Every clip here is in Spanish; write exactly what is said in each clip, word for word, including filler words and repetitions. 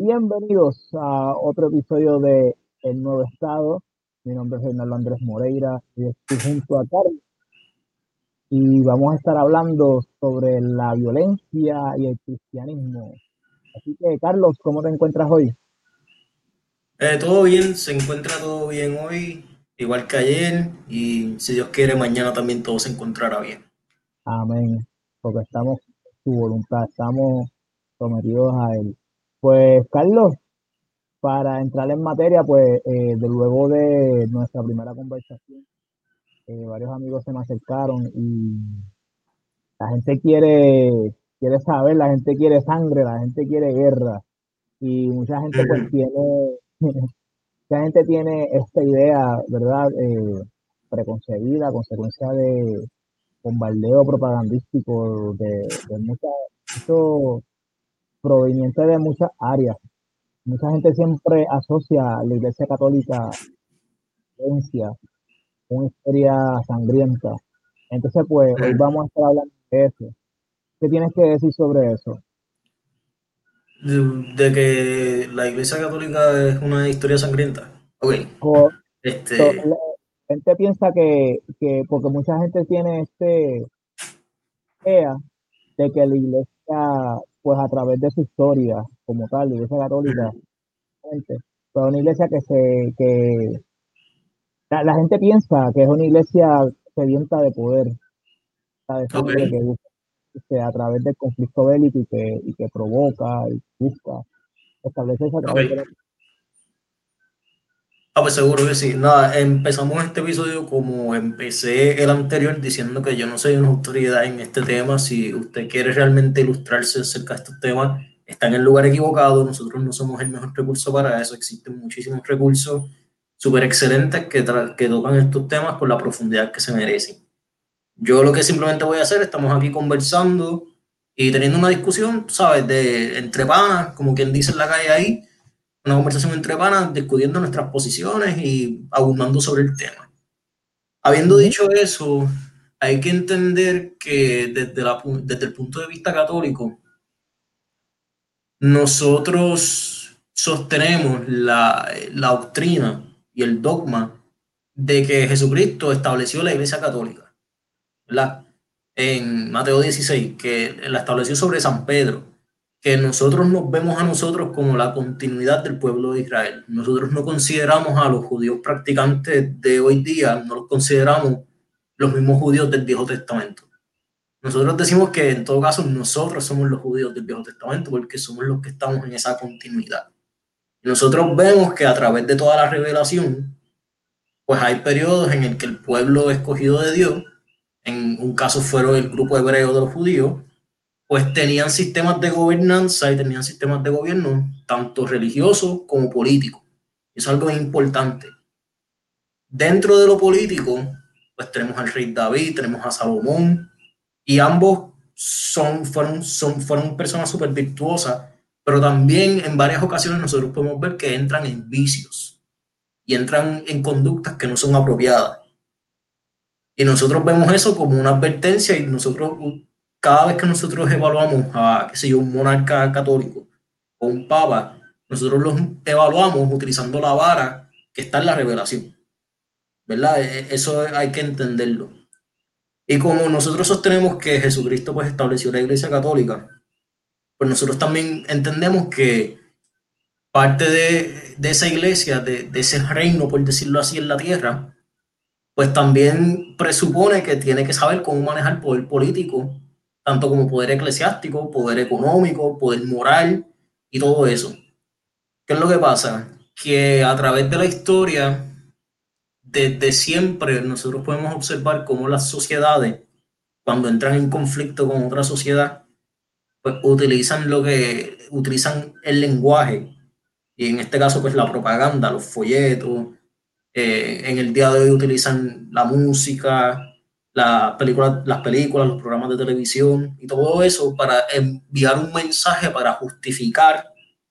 Bienvenidos a otro episodio de El Nuevo Estado. Mi nombre es Reinaldo Andrés Moreira y estoy junto a Carlos y vamos a estar hablando sobre la violencia y el cristianismo. Así que, Carlos, ¿cómo te encuentras hoy? Eh, todo bien, se encuentra todo bien hoy, igual que ayer, y si Dios quiere, mañana también todo se encontrará bien. Amén, porque estamos en su voluntad, estamos sometidos a Él. Pues, Carlos, para entrar en materia, pues, eh, de luego de nuestra primera conversación, eh, varios amigos se me acercaron y la gente quiere, quiere saber, la gente quiere sangre, la gente quiere guerra. Y mucha gente pues Ujú, tiene, mucha gente tiene esta idea, ¿verdad? Eh, preconcebida, a consecuencia de bombardeo propagandístico de, de muchas, mucho proveniente de muchas áreas. Mucha gente siempre asocia a la Iglesia Católica a violencia, una historia sangrienta. Entonces, pues hoy ujú. vamos a estar hablando de eso. ¿Qué tienes que decir sobre eso? De, de que la Iglesia Católica es una historia sangrienta. Ok, So, este, la gente piensa que, que porque mucha gente tiene este idea de que la iglesia, pues a través de su historia, como tal, la iglesia católica, ujú, gente, pues una iglesia que se, que la, la gente piensa que es una iglesia sedienta de poder, de ok, sangre, que busca que a través del conflicto bélico y que, y que provoca y busca establecerse a través de la... ok. Ah, pues seguro que sí. Nada, empezamos este episodio como empecé el anterior diciendo que yo no soy una autoridad en este tema. Si usted quiere realmente ilustrarse acerca de estos temas, está en el lugar equivocado. Nosotros no somos el mejor recurso para eso. Existen muchísimos recursos súper excelentes que, tra- que tocan estos temas con la profundidad que se merecen. Yo lo que simplemente voy a hacer, estamos aquí conversando y teniendo una discusión, ¿sabes? De entre panas, como quien dice en la calle ahí, una conversación entre panas, discutiendo nuestras posiciones y abundando sobre el tema. Habiendo Ujú. dicho eso, hay que entender que desde, la, desde el punto de vista católico, nosotros sostenemos la, la doctrina y el dogma de que Jesucristo estableció la Iglesia Católica, ¿verdad? En Mateo dieciséis, que la estableció sobre San Pedro, que nosotros nos vemos a nosotros como la continuidad del pueblo de Israel. Nosotros no consideramos a los judíos practicantes de hoy día, no los consideramos los mismos judíos del Viejo Testamento. Nosotros decimos que en todo caso nosotros somos los judíos del Viejo Testamento porque somos los que estamos en esa continuidad. Y nosotros vemos que a través de toda la revelación, pues hay periodos en el que el pueblo escogido de Dios, en un caso fueron el grupo hebreo de los judíos, pues tenían sistemas de gobernanza y tenían sistemas de gobierno, tanto religiosos como políticos. Eso es algo importante. Dentro de lo político, pues tenemos al rey David, tenemos a Salomón, y ambos son, fueron, son, fueron personas súper virtuosas, pero también en varias ocasiones nosotros podemos ver que entran en vicios y entran en conductas que no son apropiadas. Y nosotros vemos eso como una advertencia y nosotros, cada vez que nosotros evaluamos a, qué sé yo, un monarca católico o un papa, nosotros los evaluamos utilizando la vara que está en la revelación, ¿verdad? E- Eso hay que entenderlo. Y como nosotros sostenemos que Jesucristo pues estableció la Iglesia Católica, pues nosotros también entendemos que parte de, de esa iglesia, de, de ese reino, por decirlo así, en la tierra, pues también presupone que tiene que saber cómo manejar poder político, tanto como poder eclesiástico, poder económico, poder moral y todo eso. ¿Qué es lo que pasa? Que a través de la historia, desde siempre, nosotros podemos observar cómo las sociedades, cuando entran en conflicto con otra sociedad, pues utilizan lo que utilizan el lenguaje y en este caso pues la propaganda, los folletos, eh, en el día de hoy utilizan la música, la película, las películas, los programas de televisión y todo eso para enviar un mensaje para justificar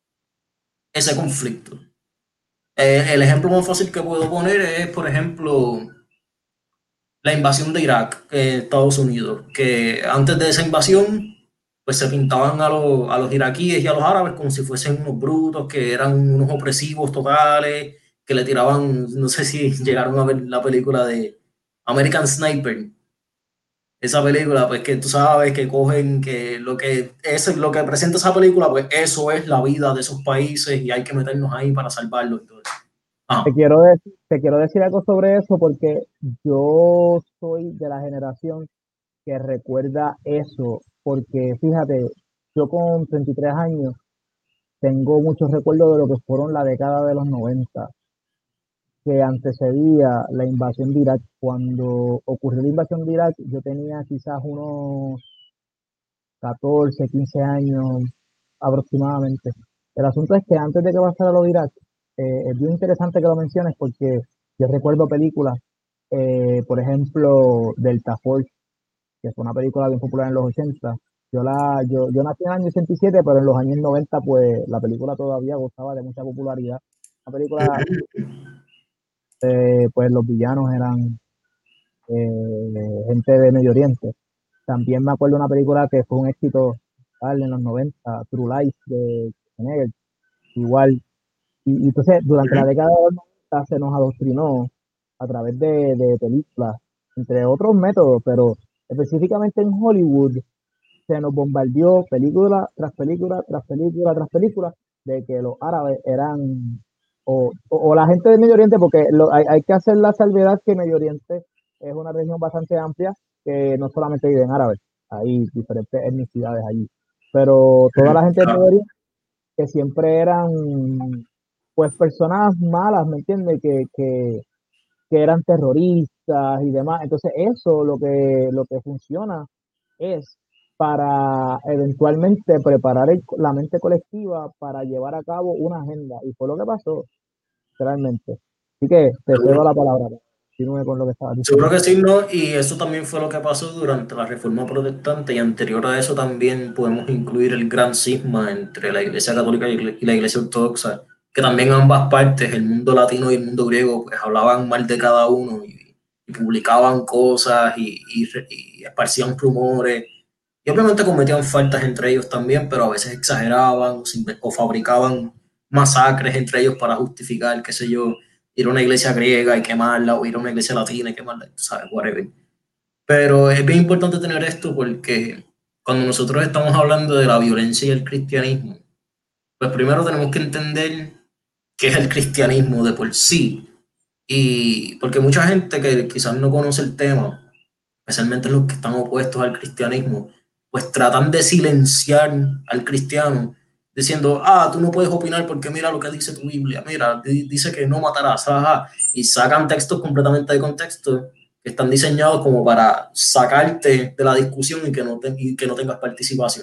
ese conflicto. Eh, el ejemplo más fácil que puedo poner es, por ejemplo, la invasión de Irak, eh, Estados Unidos, que antes de esa invasión pues se pintaban a los, a los iraquíes y a los árabes como si fuesen unos brutos, que eran unos opresivos totales, que le tiraban, no sé si llegaron a ver la película de American Sniper, esa película, pues que tú sabes que cogen, que lo que es lo que presenta esa película, pues eso es la vida de esos países y hay que meternos ahí para salvarlos y todo eso. Te Ah, quiero decir, te quiero decir algo sobre eso porque yo soy de la generación que recuerda eso, porque fíjate, yo con treinta y tres años tengo muchos recuerdos de lo que fueron la década de los noventa, que antecedía la invasión de Irak. Cuando ocurrió la invasión de Irak, yo tenía quizás unos catorce, quince años aproximadamente. El asunto es que antes de que pasara lo de Irak, eh, es bien interesante que lo menciones porque yo recuerdo películas, eh, por ejemplo, Delta Force, que fue una película bien popular en los ochenta. Yo, la, yo, yo nací en el año ochenta y siete, pero en los años noventa pues la película todavía gozaba de mucha popularidad. La película, eh, pues los villanos eran eh, gente de Medio Oriente. También me acuerdo de una película que fue un éxito tal, en los noventa, True Lies de Schwarzenegger, igual. Y, y entonces, durante la década de los noventa se nos adoctrinó a través de, de películas, entre otros métodos, pero específicamente en Hollywood se nos bombardeó película tras película, tras película, tras película, de que los árabes eran, o, o, o la gente del Medio Oriente, porque lo, hay, hay, que hacer la salvedad que Medio Oriente es una región bastante amplia, que no solamente viven árabes, hay diferentes etnicidades allí, pero toda la gente del Medio claro. Oriente, que siempre eran, pues, personas malas, ¿me entiendes? Que, que, que eran terroristas y demás. Entonces, eso lo que, lo que funciona es para eventualmente preparar el- la mente colectiva para llevar a cabo una agenda. Y fue lo que pasó, realmente. Así que te cedo Seguro. la palabra. Continúe con lo que estabas Seguro diciendo. que sí, ¿no? Y eso también fue lo que pasó durante la Reforma Protestante y anterior a eso también podemos incluir el gran cisma entre la Iglesia Católica y la Iglesia Ortodoxa, que también ambas partes, el mundo latino y el mundo griego, pues hablaban mal de cada uno y, y publicaban cosas y, y, y esparcían rumores y obviamente cometían faltas entre ellos también, pero a veces exageraban o, o fabricaban masacres entre ellos para justificar, qué sé yo, ir a una iglesia griega y quemarla, o ir a una iglesia latina y quemarla, ¿sabes? Whatever. Pero es bien importante tener esto porque cuando nosotros estamos hablando de la violencia y el cristianismo, pues primero tenemos que entender qué es el cristianismo de por sí. Y porque mucha gente que quizás no conoce el tema, especialmente los que están opuestos al cristianismo, pues tratan de silenciar al cristiano diciendo, ah, tú no puedes opinar porque mira lo que dice tu Biblia, mira, dice que no matarás, ajá, y sacan textos completamente de contexto que están diseñados como para sacarte de la discusión y que no, te, y que no tengas participación.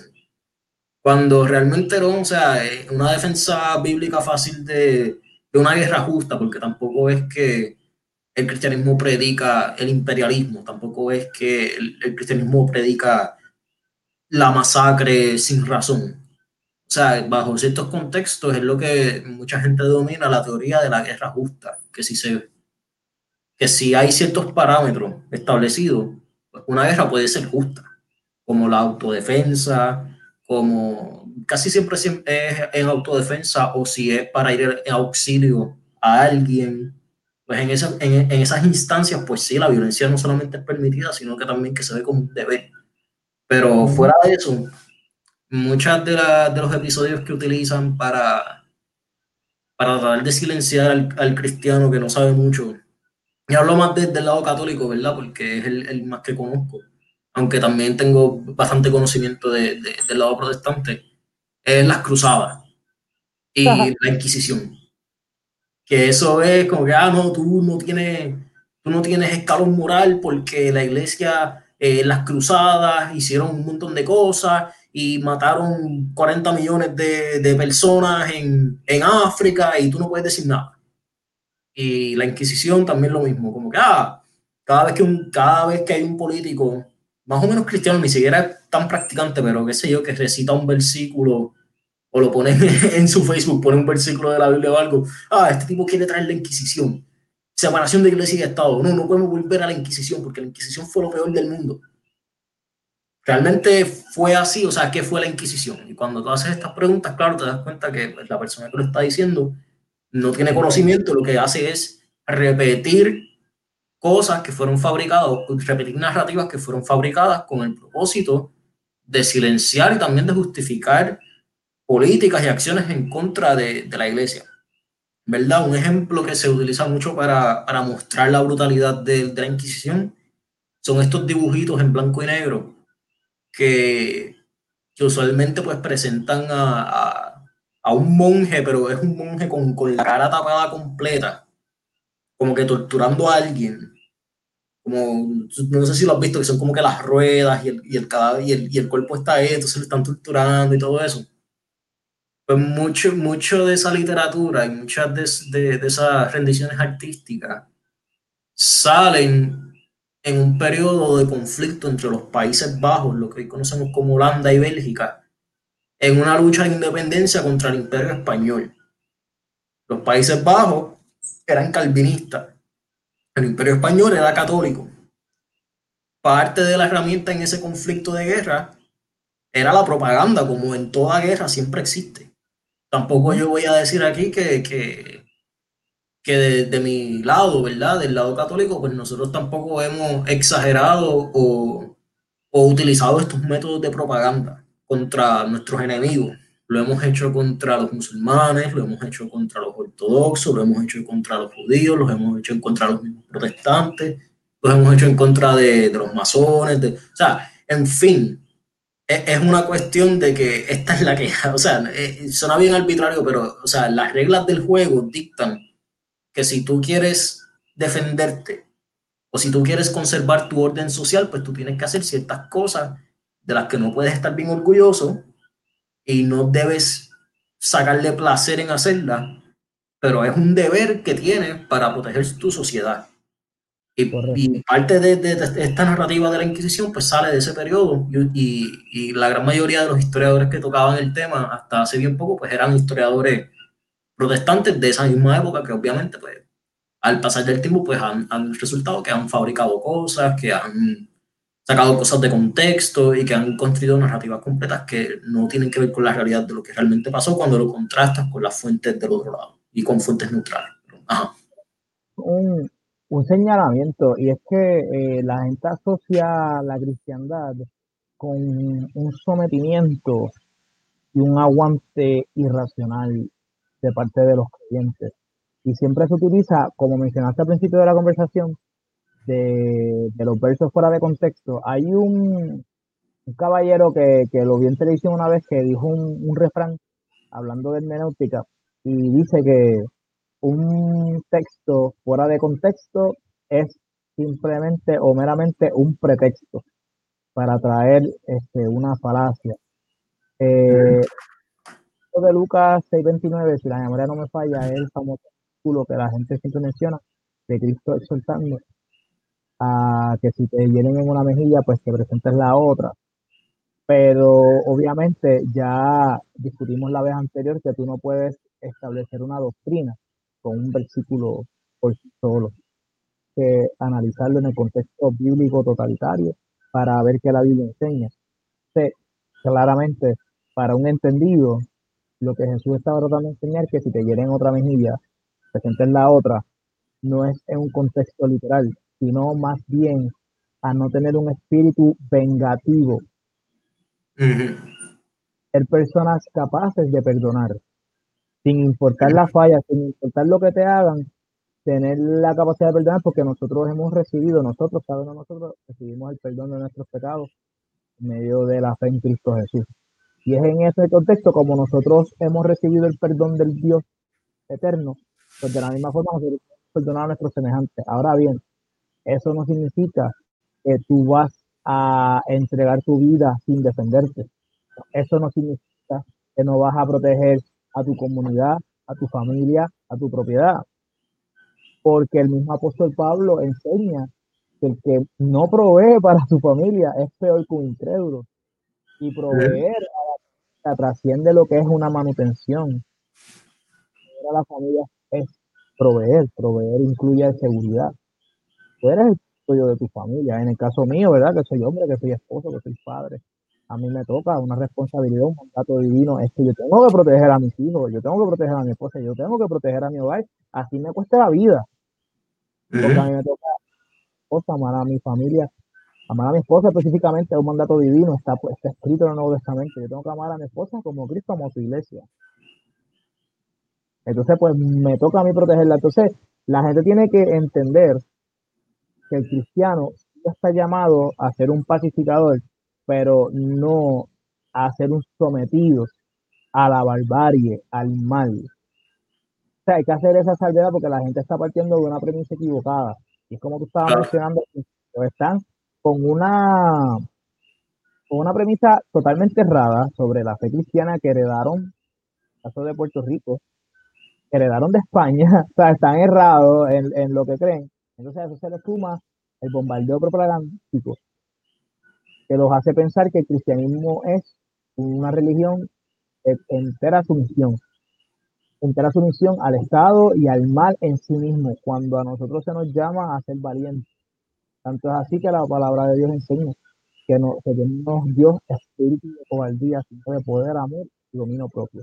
Cuando realmente no, o sea, es una defensa bíblica fácil de, de una guerra justa, porque tampoco es que el cristianismo predica el imperialismo, tampoco es que el, el cristianismo predica la masacre sin razón. O sea, bajo ciertos contextos es lo que mucha gente domina la teoría de la guerra justa, que si, se, que si hay ciertos parámetros establecidos, pues una guerra puede ser justa, como la autodefensa, como casi siempre es en autodefensa o si es para ir en auxilio a alguien, pues en, esa, en, en esas instancias, pues sí, la violencia no solamente es permitida, sino que también que se ve como un deber. Pero Ujú. fuera de eso, muchos de, la, de los episodios que utilizan para, para tratar de silenciar al, al cristiano que no sabe mucho, y hablo más desde el lado católico, ¿verdad? Porque es el, el más que conozco, aunque también tengo bastante conocimiento de, de, del lado protestante, es las cruzadas y la Inquisición. Que eso es como que, ah, no, tú no tienes, tú no tienes escalón moral porque la iglesia, eh, las cruzadas hicieron un montón de cosas y mataron cuarenta millones de, de personas en, en África y tú no puedes decir nada. Y la Inquisición también lo mismo, como que ah, cada vez que, un, cada vez que hay un político, más o menos cristiano, ni siquiera tan practicante, pero qué sé yo, que recita un versículo o lo pone en su Facebook, pone un versículo de la Biblia o algo, ah, este tipo quiere traer la Inquisición, separación de iglesia y Estado, no, no podemos volver a la Inquisición porque la Inquisición fue lo peor del mundo. ¿Realmente fue así? O sea, ¿qué fue la Inquisición? Y cuando tú haces estas preguntas, claro, te das cuenta que pues, la persona que lo está diciendo no tiene conocimiento, lo que hace es repetir cosas que fueron fabricadas, repetir narrativas que fueron fabricadas con el propósito de silenciar y también de justificar políticas y acciones en contra de, de la iglesia. ¿Verdad? Un ejemplo que se utiliza mucho para, para mostrar la brutalidad de, de la Inquisición son estos dibujitos en blanco y negro que, que usualmente pues presentan a, a, a, un monje, pero es un monje con, con la cara tapada completa, como que torturando a alguien. Como, no sé si lo has visto, que son como que las ruedas y el, y el cadáver y el, y el cuerpo está ahí, entonces lo están torturando y todo eso. Pues mucho, mucho de esa literatura y muchas de, de, de esas rendiciones artísticas salen en un periodo de conflicto entre los Países Bajos, lo que hoy conocemos como Holanda y Bélgica, en una lucha de independencia contra el Imperio Español. Los Países Bajos eran calvinistas, el Imperio Español era católico. Parte de la herramienta en ese conflicto de guerra era la propaganda, como en toda guerra siempre existe. Tampoco Uh-huh. yo voy a decir aquí que, que, que de, de, mi lado, ¿verdad? Del lado católico, pues nosotros tampoco hemos exagerado o, o utilizado estos métodos de propaganda contra nuestros enemigos. Lo hemos hecho contra los musulmanes, lo hemos hecho contra los ortodoxos, lo hemos hecho contra los judíos, lo hemos hecho en contra de los mismos protestantes, lo hemos hecho en contra de, de los masones, de, o sea, en fin, es, es, una cuestión de que esta es la que, o sea, eh, suena bien arbitrario, pero, o sea, las reglas del juego dictan que si tú quieres defenderte o si tú quieres conservar tu orden social, pues tú tienes que hacer ciertas cosas de las que no puedes estar bien orgulloso y no debes sacarle placer en hacerlas, pero es un deber que tienes para proteger tu sociedad. Y, y parte de, de, de, esta narrativa de la Inquisición pues sale de ese periodo y, y, y la gran mayoría de los historiadores que tocaban el tema hasta hace bien poco pues eran historiadores protestantes de esa misma época que obviamente pues al pasar del tiempo, pues han, han resultado que han fabricado cosas, que han sacado cosas de contexto y que han construido narrativas completas que no tienen que ver con la realidad de lo que realmente pasó cuando lo contrastas con las fuentes del otro lado y con fuentes neutrales. Ajá. Un, un señalamiento, y es que eh, la gente asocia la cristiandad con un sometimiento y un aguante irracional de parte de los creyentes. Y siempre se utiliza, como mencionaste al principio de la conversación, de, de los versos fuera de contexto. Hay un, un caballero que, que lo vi en televisión una vez que dijo un, un refrán hablando de hermenéutica y dice que un texto fuera de contexto es simplemente o meramente un pretexto para traer este, una falacia. Eh, de Lucas seis veintinueve, si la memoria no me falla, es el famoso versículo que la gente siempre menciona, de Cristo exhortando a que si te hieren en una mejilla, pues que presentes la otra. Pero obviamente ya discutimos la vez anterior que tú no puedes establecer una doctrina con un versículo por sí solo, que analizarlo en el contexto bíblico totalitario para ver qué la Biblia enseña. Sí, claramente, para un entendido, lo que Jesús estaba tratando de enseñar, que si te hieren otra mejilla, presentes la otra, no es en un contexto literal, sino más bien a no tener un espíritu vengativo, Uh-huh. ser personas capaces de perdonar, sin importar la falla, sin importar lo que te hagan, tener la capacidad de perdonar, porque nosotros hemos recibido, nosotros, cada uno de nosotros, recibimos el perdón de nuestros pecados en medio de la fe en Cristo Jesús. Y es en ese contexto como nosotros hemos recibido el perdón del Dios eterno, pues de la misma forma nosotros perdonar a nuestros semejantes. Ahora bien, eso no significa que tú vas a entregar tu vida sin defenderte. Eso no significa que no vas a proteger a tu comunidad, a tu familia, a tu propiedad. Porque el mismo apóstol Pablo enseña que el que no provee para su familia es peor que un incrédulo. Y proveer a la, trasciende lo que es una manutención. Para la familia es proveer, proveer incluye seguridad. Tú eres yo de tu familia. En el caso mío, ¿verdad? Que soy hombre, que soy esposo, que soy padre. A mí me toca una responsabilidad, un mandato divino. Es que yo tengo que proteger a mis hijos, yo tengo que proteger a mi esposa, yo tengo que proteger a mi hogar. Así me cuesta la vida, porque a mí Ujú. me toca cosa, amar a mi familia, amar a mi esposa específicamente, es un mandato divino, está, pues, está escrito en el Nuevo Testamento. Yo tengo que amar a mi esposa como Cristo amó a su iglesia. Entonces, pues me toca a mí protegerla. Entonces, la gente tiene que entender que el cristiano sí está llamado a ser un pacificador, pero no a ser un sometido a la barbarie, al mal. O sea, hay que hacer esa salvedad porque la gente está partiendo de una premisa equivocada. Y es como tú estabas Claro, mencionando, están con una, con una premisa totalmente errada sobre la fe cristiana que heredaron, caso de Puerto Rico, que heredaron de España, o sea, están errados en, en lo que creen. Entonces a eso se le suma el bombardeo propagandístico que los hace pensar que el cristianismo es una religión de entera sumisión, entera sumisión al Estado y al mal en sí mismo, cuando a nosotros se nos llama a ser valientes. Tanto es así que la palabra de Dios enseña que, no, que Dios no nos dio espíritu de cobardía, sino de poder, amor y dominio propio.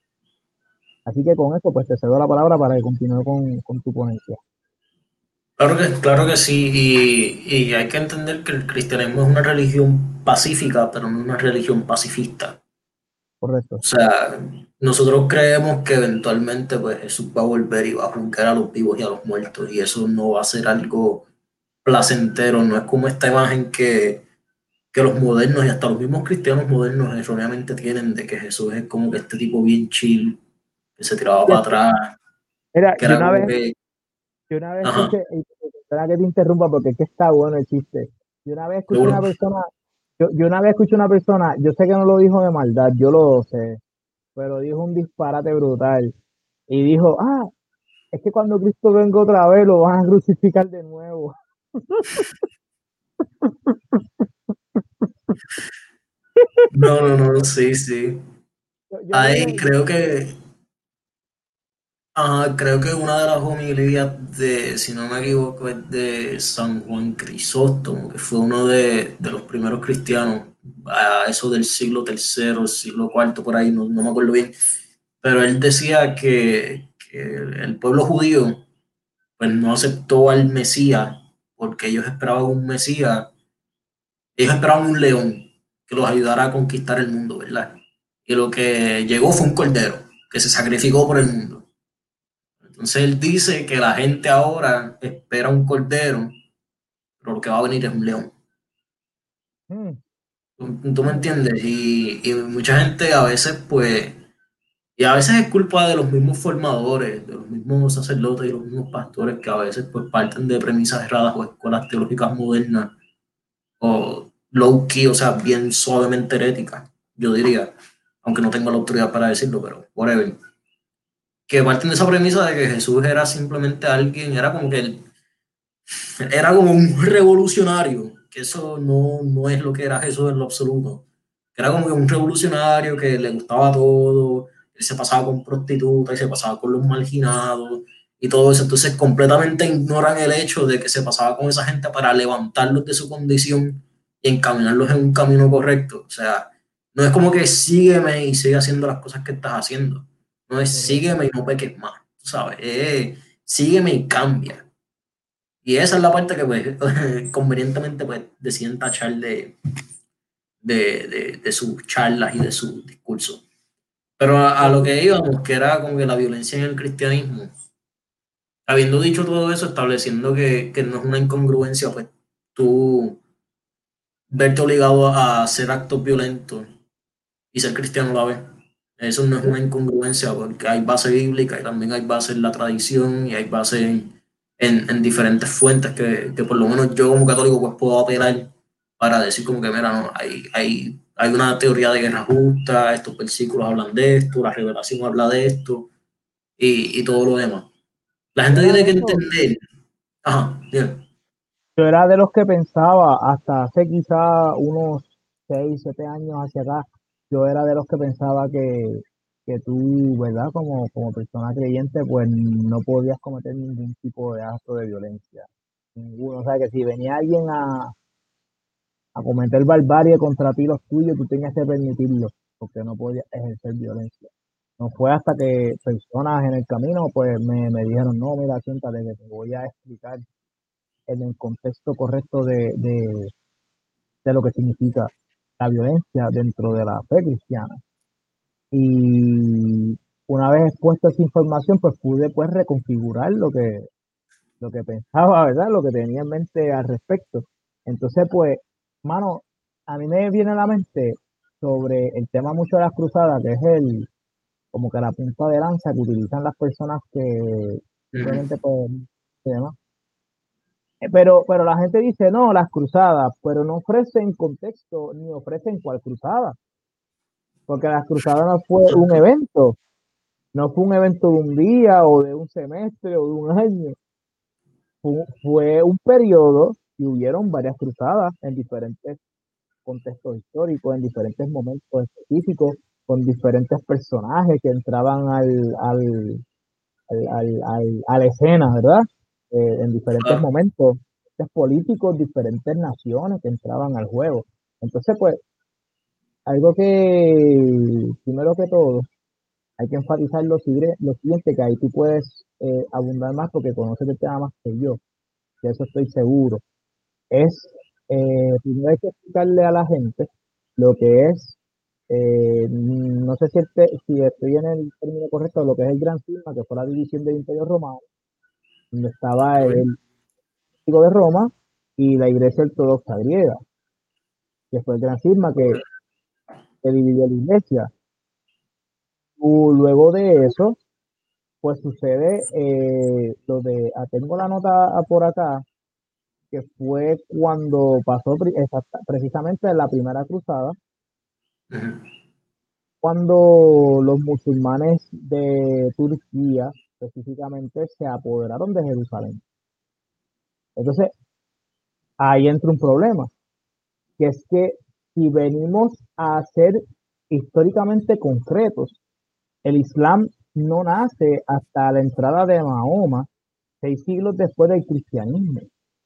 Así que con esto, pues te cedo la palabra para que continúe con, con tu ponencia. claro que, claro que sí, y, y hay que entender que el cristianismo es una religión pacífica, pero no una religión pacifista. Correcto. O sea, nosotros creemos que eventualmente pues Jesús va a volver y va a juzgar a los vivos y a los muertos, y eso no va a ser algo placentero, no es como esta imagen que, que los modernos y hasta los mismos cristianos modernos erróneamente tienen de que Jesús es como que este tipo bien chill, que se tiraba Y para es que, atrás, mira, que yo era una como vez, que, yo una vez ajá, escuché, y perdona que te interrumpa porque es que está bueno el chiste. Yo una vez escuché una seguro. persona, yo, yo una vez escuché una persona, yo sé que no lo dijo de maldad, yo lo sé, pero dijo un disparate brutal. Y dijo, ah, es que cuando Cristo venga otra vez lo van a crucificar de nuevo. No, no, no, sí, sí. Yo, yo Ahí dije, yo, creo que, ajá, creo que una de las homilías de, si no me equivoco, es de San Juan Crisóstomo, que fue uno de, de los primeros cristianos, a eso del siglo tercero, siglo cuarto, por ahí, no, no me acuerdo bien, pero él decía que, que el pueblo judío pues no aceptó al Mesías porque ellos esperaban un Mesías, ellos esperaban un león que los ayudara a conquistar el mundo, ¿verdad? Y lo que llegó fue un cordero que se sacrificó por el mundo. Entonces él dice que la gente ahora espera un cordero, pero lo que va a venir es un león. mm, ¿Tú, tú me mm, entiendes? Y, y mucha gente a veces, pues, y a veces es culpa de los mismos formadores, de los mismos sacerdotes y los mismos pastores que a veces pues parten de premisas erradas o escuelas teológicas modernas o low key, o sea, bien suavemente heréticas, yo diría, aunque no tengo la autoridad para decirlo, pero whatever. Que parten de esa premisa de que Jesús era simplemente alguien, era como que él era como un revolucionario, que eso no, no es lo que era Jesús en lo absoluto. Que era como que un revolucionario que le gustaba todo, él se pasaba con prostitutas y se pasaba con los marginados y todo eso. Entonces completamente ignoran el hecho de que se pasaba con esa gente para levantarlos de su condición y encaminarlos en un camino correcto. O sea, no es como que sígueme y sigue haciendo las cosas que estás haciendo. No es correcto. sígueme y no peques más, tú ¿sabes? Eh, sígueme y cambia. Y esa es la parte que pues, convenientemente pues, deciden tachar de, de, de, de sus charlas y de sus discursos. Pero a, a, lo que íbamos, que era como que la violencia en el cristianismo, habiendo dicho todo eso, estableciendo que, que no es una incongruencia, pues tú verte obligado a hacer actos violentos y ser cristiano a la vez. Eso no es una incongruencia porque hay base bíblica y también hay base en la tradición y hay base en, en, en diferentes fuentes que, que, por lo menos yo como católico pues puedo apelar para decir como que mira, no, hay, hay, hay una teoría de guerra justa, estos versículos hablan de esto, la revelación habla de esto y, y todo lo demás. La Yo gente era tiene de que esos, entender, ajá, bien, yo era de los que pensaba, hasta hace quizá unos seis siete años hacia acá, yo era de los que pensaba que, que tú, ¿verdad? Como, como persona creyente, pues no podías cometer ningún tipo de acto de violencia, ninguno. O sea, que si venía alguien a, a cometer barbarie contra ti, los tuyos, tú tenías que permitirlo, porque no podías ejercer violencia. No fue hasta que personas en el camino, pues me, me dijeron, no, mira, siéntate, que te voy a explicar en el contexto correcto de, de, de lo que significa la violencia dentro de la fe cristiana. Y una vez expuesta esa información, pues pude pues reconfigurar lo que, lo que pensaba, ¿verdad? Lo que tenía en mente al respecto. Entonces, pues, mano, a mí me viene a la mente sobre el tema mucho de las cruzadas, que es el, como que la punta de lanza que utilizan las personas que Ujú. simplemente pues, se llama. Eh, Pero, pero la gente dice, no, las cruzadas, pero no ofrecen contexto ni ofrecen cuál cruzada, porque las cruzadas no fue un Exacto. evento, no fue un evento de un día o de un semestre o de un año, fue, fue un periodo y hubieron varias cruzadas en diferentes contextos históricos, en diferentes momentos específicos, con diferentes personajes que entraban al, al, al, al, al- a la escena, ¿verdad? Eh, en diferentes Claro. momentos, diferentes políticos, diferentes naciones que entraban al juego. Entonces, pues, algo que, primero que todo, hay que enfatizar lo, sigre- lo siguiente, que ahí tú puedes eh, abundar más porque conoces el tema más que yo, de eso estoy seguro. Es, eh, primero hay que explicarle a la gente lo que es, eh, no sé si, este- si estoy en el término correcto, lo que es el Gran Cisma, que fue la división del Imperio Romano, donde estaba Ok. el Imperio de Roma y la Iglesia Ortodoxa griega, que fue el Gran Cisma que, que dividió la Iglesia. U- luego de eso, pues sucede eh, lo de, ah, tengo la nota por acá, que fue cuando pasó pri- exacta- precisamente la primera cruzada, Ujú. cuando los musulmanes de Turquía específicamente se apoderaron de Jerusalén. Entonces, ahí entra un problema, que es que si venimos a ser históricamente concretos, el Islam no nace hasta la entrada de Mahoma, seis siglos después del cristianismo.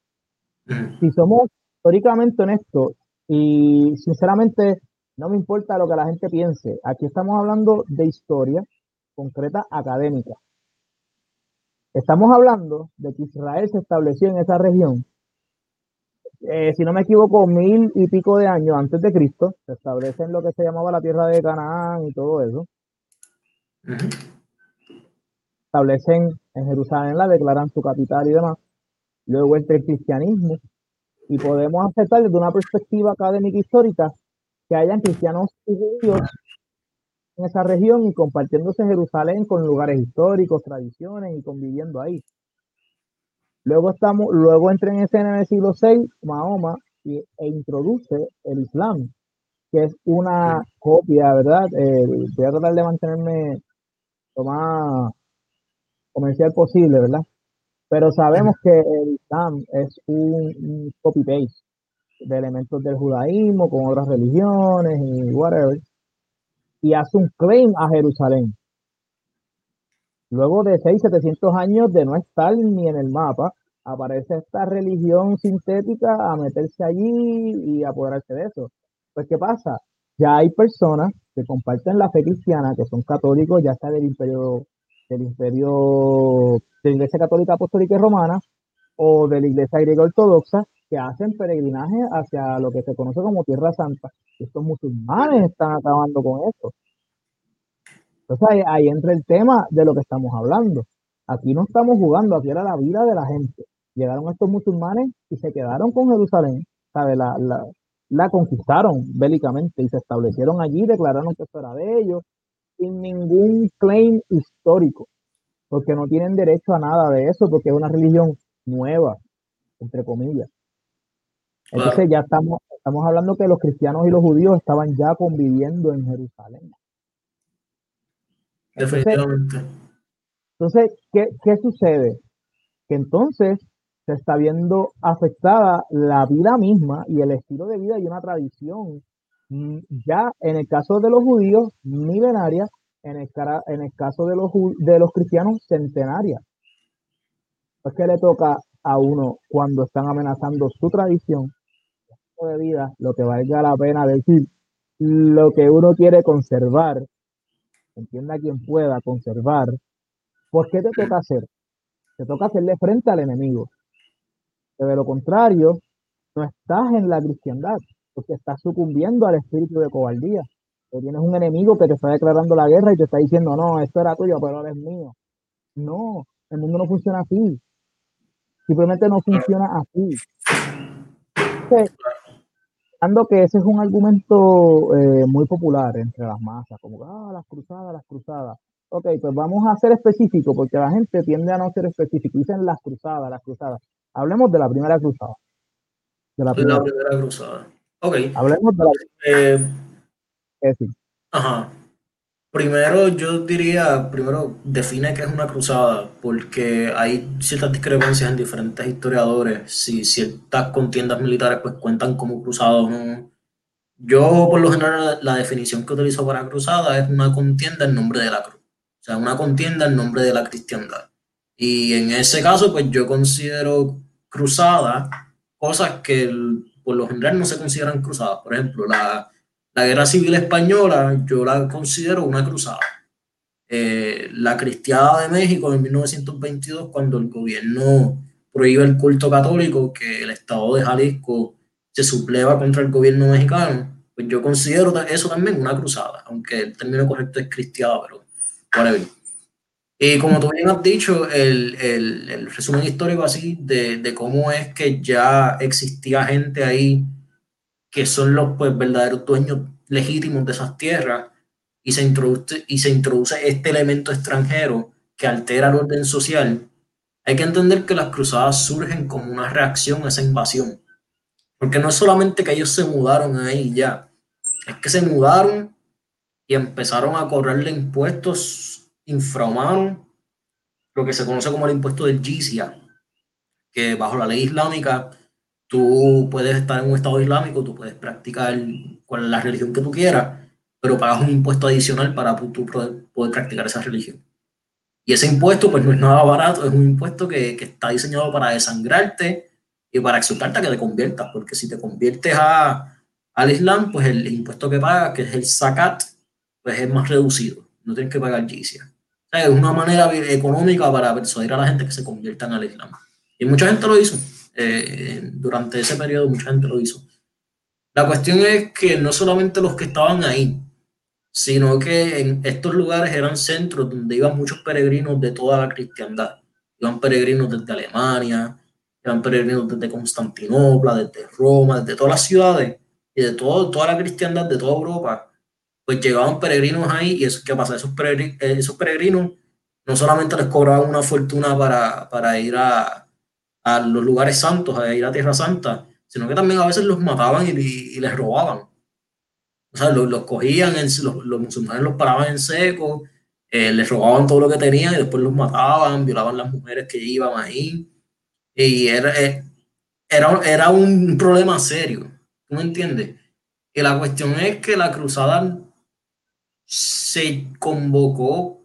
Si Ujú. somos históricamente honestos y sinceramente no me importa lo que la gente piense, aquí estamos hablando de historia concreta académica. Estamos hablando de que Israel se estableció en esa región, eh, si no me equivoco, mil y pico de años antes de Cristo, se establece en lo que se llamaba la tierra de Canaán y todo eso. Ujú. Establecen en Jerusalén, la declaran su capital y demás. Luego entra el cristianismo y podemos aceptar desde una perspectiva académica histórica que hayan cristianos y judíos en esa región y compartiéndose Jerusalén con lugares históricos, tradiciones y conviviendo ahí. Luego, estamos, luego entra en escena en el siglo seis Mahoma y, e introduce el Islam, que es una copia, ¿verdad? Eh, voy a tratar de mantenerme lo más comercial posible, ¿verdad? Pero sabemos que el Islam es un, un copy-paste de elementos del judaísmo con otras religiones y whatever, y hace un claim a Jerusalén. Luego de seis setecientos años de no estar ni en el mapa, aparece esta religión sintética a meterse allí y apoderarse de eso. Pues, ¿qué pasa? Ya hay personas que comparten la fe cristiana, que son católicos, ya sea del imperio, del imperio de la Iglesia Católica Apostólica y Romana o de la Iglesia Griega Ortodoxa, que hacen peregrinaje hacia lo que se conoce como Tierra Santa. Estos musulmanes están acabando con esto. Entonces ahí, ahí entra el tema de lo que estamos hablando. Aquí no estamos jugando, aquí era la vida de la gente. Llegaron estos musulmanes y se quedaron con Jerusalén, ¿sabe? La, la, la conquistaron bélicamente y se establecieron allí, declararon que esto era de ellos, sin ningún claim histórico, porque no tienen derecho a nada de eso, porque es una religión nueva, entre comillas. Entonces Claro, ya estamos, estamos hablando que los cristianos y los judíos estaban ya conviviendo en Jerusalén. Entonces, definitivamente. entonces ¿qué, qué sucede? Que entonces se está viendo afectada la vida misma y el estilo de vida y una tradición, mm, ya en el caso de los judíos, milenaria, en el, cara- en el caso de los, ju- de los cristianos, centenaria. Pues que le toca a uno cuando están amenazando su tradición de vida, lo que valga la pena decir, lo que uno quiere conservar, entienda quien pueda conservar, ¿por qué te toca hacer? Te toca hacerle frente al enemigo. Que de lo contrario, no estás en la cristiandad, porque estás sucumbiendo al espíritu de cobardía. Que tienes un enemigo que te está declarando la guerra y te está diciendo, no, esto era tuyo, pero ahora es mío. No, el mundo no funciona así. Simplemente no funciona así. Ando que ese es un argumento eh, muy popular entre las masas, como que, ah, las cruzadas, las cruzadas. Ok, pues vamos a ser específicos, porque la gente tiende a no ser específico. Dicen las cruzadas, las cruzadas. Hablemos de la primera cruzada, de la La primera. primera cruzada. Ok. Hablemos de la Eh, es decir, ajá. Primero, yo diría, primero define qué es una cruzada, porque hay ciertas discrepancias en diferentes historiadores. Si ciertas contiendas militares pues cuentan como cruzadas o no. Yo, por lo general, la definición que utilizo para cruzada es una contienda en nombre de la cruz. O sea, una contienda en nombre de la cristiandad. Y en ese caso, pues yo considero cruzada cosas que el- por lo general no se consideran cruzadas. Por ejemplo, la, la Guerra Civil Española yo la considero una cruzada. Eh, la Cristiada de México en mil novecientos veintidós, cuando el gobierno prohíbe el culto católico, que el estado de Jalisco se subleva contra el gobierno mexicano, pues yo considero eso también una cruzada, aunque el término correcto es cristiada, pero whatever. Y como tú bien has dicho, el, el, el resumen histórico así de, de cómo es que ya existía gente ahí que son los pues, verdaderos dueños legítimos de esas tierras y se, introduce, y se introduce este elemento extranjero que altera el orden social, hay que entender que las cruzadas surgen como una reacción a esa invasión. Porque no es solamente que ellos se mudaron ahí ya, es que se mudaron y empezaron a cobrarle impuestos infrahumanos, lo que se conoce como el impuesto del jizya, que bajo la ley islámica tú puedes estar en un estado islámico, tú puedes practicar cual, la religión que tú quieras, pero pagas un impuesto adicional para tú poder, poder practicar esa religión. Y ese impuesto pues no es nada barato, es un impuesto que, que está diseñado para desangrarte y para exhortarte a que te conviertas, porque si te conviertes a, al Islam, pues el impuesto que pagas, que es el zakat, pues es más reducido, no tienes que pagar jizya. O sea, es una manera económica para persuadir a la gente que se conviertan al Islam. Y mucha gente lo hizo. Eh, durante ese periodo mucha gente lo hizo. La cuestión es que no solamente los que estaban ahí, sino que en estos lugares eran centros donde iban muchos peregrinos de toda la cristiandad. Iban peregrinos desde Alemania, iban peregrinos desde Constantinopla, desde Roma, desde todas las ciudades y de todo, toda la cristiandad de toda Europa. Pues llegaban peregrinos ahí y eso, ¿qué pasa? Esos, peregrinos, esos peregrinos no solamente les cobraban una fortuna para, para ir a, a los lugares santos, a ir a Tierra Santa, sino que también a veces los mataban y, y les robaban. O sea, los, los cogían, en, los, los, musulmanes los paraban en seco, eh, les robaban todo lo que tenían y después los mataban, violaban las mujeres que iban ahí. Y era, eh, era, era un problema serio, ¿tú me entiendes? Y la cuestión es que la cruzada se convocó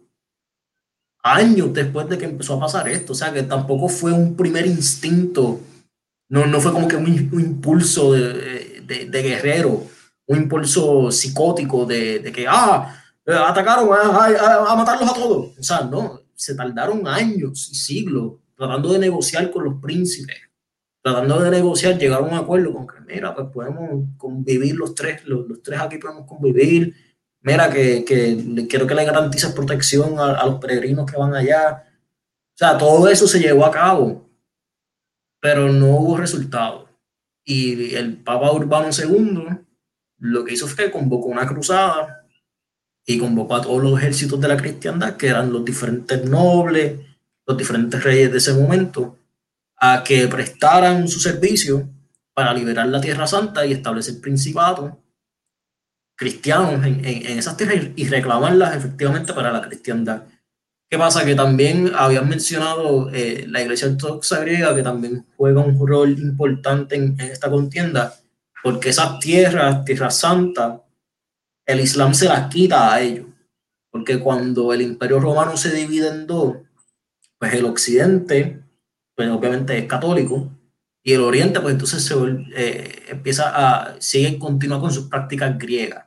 años después de que empezó a pasar esto, o sea, que tampoco fue un primer instinto. No, no fue como que un, un impulso de, de, de, guerrero, un impulso psicótico de, de que, ah, atacaron a, a, a, matarlos a todos. O sea, no, se tardaron años y siglos tratando de negociar con los príncipes, tratando de negociar, llegar a un acuerdo con que, mira, pues podemos convivir los tres, los, los tres aquí podemos convivir. Mira, que, que quiero que le garantices protección a, a los peregrinos que van allá. O sea, todo eso se llevó a cabo, pero no hubo resultado. Y el Papa Urbano segundo lo que hizo fue que convocó una cruzada y convocó a todos los ejércitos de la cristiandad, que eran los diferentes nobles, los diferentes reyes de ese momento, a que prestaran su servicio para liberar la Tierra Santa y establecer principados cristianos en, en, en esas tierras y reclamarlas efectivamente para la cristiandad. ¿Qué pasa? Que también habían mencionado eh, la Iglesia Ortodoxa griega, que también juega un rol importante en, en esta contienda, porque esas tierras, Tierra Santa, el Islam se las quita a ellos. Porque cuando el Imperio Romano se divide en dos, pues el Occidente pues obviamente es católico, y el Oriente, pues entonces se vuelve- eh, empieza a, sigue, continúa con sus prácticas griegas.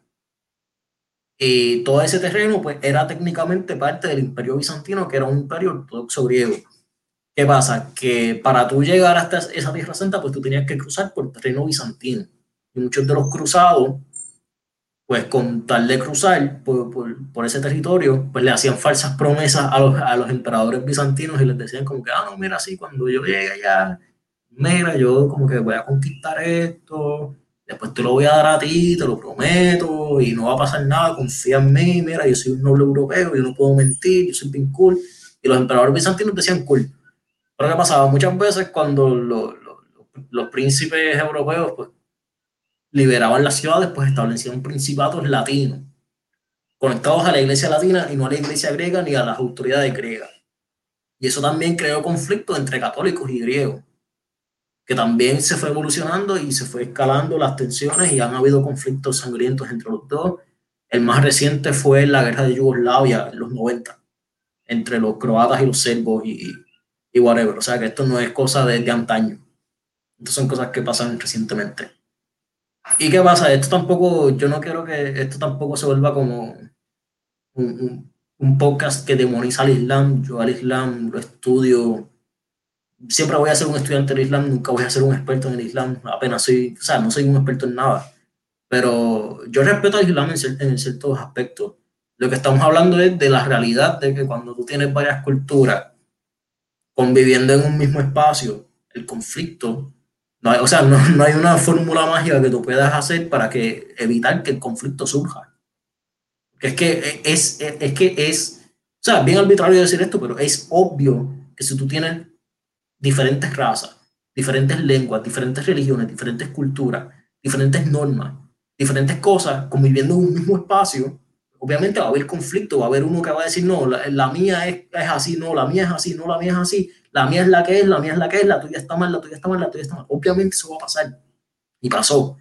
Y todo ese terreno, pues, era técnicamente parte del Imperio Bizantino, que era un imperio ortodoxo griego. ¿Qué pasa? Que para tú llegar hasta esa Tierra Santa, pues tú tenías que cruzar por terreno bizantino. Y muchos de los cruzados, pues con tal de cruzar por, por, por ese territorio, pues le hacían falsas promesas a los, a los emperadores bizantinos y les decían como que, ah, no, mira, sí, cuando yo llegue allá, mira, yo como que voy a conquistar esto, después te lo voy a dar a ti, te lo prometo, y no va a pasar nada, confía en mí, mira, yo soy un noble europeo, yo no puedo mentir, yo soy bien cool. Y los emperadores bizantinos decían cool. Pero ¿qué pasaba? Muchas veces cuando lo- lo- lo- los príncipes europeos pues, liberaban las ciudades, pues establecían principatos latinos, conectados a la iglesia latina y no a la iglesia griega ni a las autoridades griegas. Y eso también creó conflictos entre católicos y griegos, que también se fue evolucionando y se fue escalando las tensiones y han habido conflictos sangrientos entre los dos. El más reciente fue la guerra de Yugoslavia en los noventa entre los croatas y los serbos y, y whatever. O sea que esto no es cosa de, de antaño. Estas son cosas que pasan recientemente. ¿Y qué pasa? Esto tampoco, yo no quiero que esto tampoco se vuelva como un, un, un podcast que demoniza al Islam. Yo al Islam lo estudio. Siempre voy a ser un estudiante del Islam, nunca voy a ser un experto en el Islam. Apenas soy, o sea, no soy un experto en nada. Pero yo respeto al Islam en, cier- en ciertos aspectos. Lo que estamos hablando es de la realidad de que cuando tú tienes varias culturas conviviendo en un mismo espacio, el conflicto, no hay, o sea, no, no hay una fórmula mágica que tú puedas hacer para que evitar que el conflicto surja. Que es que es, es, es que es, o sea, bien arbitrario decir esto, pero es obvio que si tú tienes diferentes razas, diferentes lenguas, diferentes religiones, diferentes culturas, diferentes normas, diferentes cosas conviviendo en un mismo espacio, obviamente va a haber conflicto, va a haber uno que va a decir, no, la, la mía es, es, así, no, la mía es así, no, la mía es así, la mía es la que es, la mía es la que es, la tuya está mal, la tuya está mal, la tuya está mal. Obviamente eso va a pasar. Y pasó.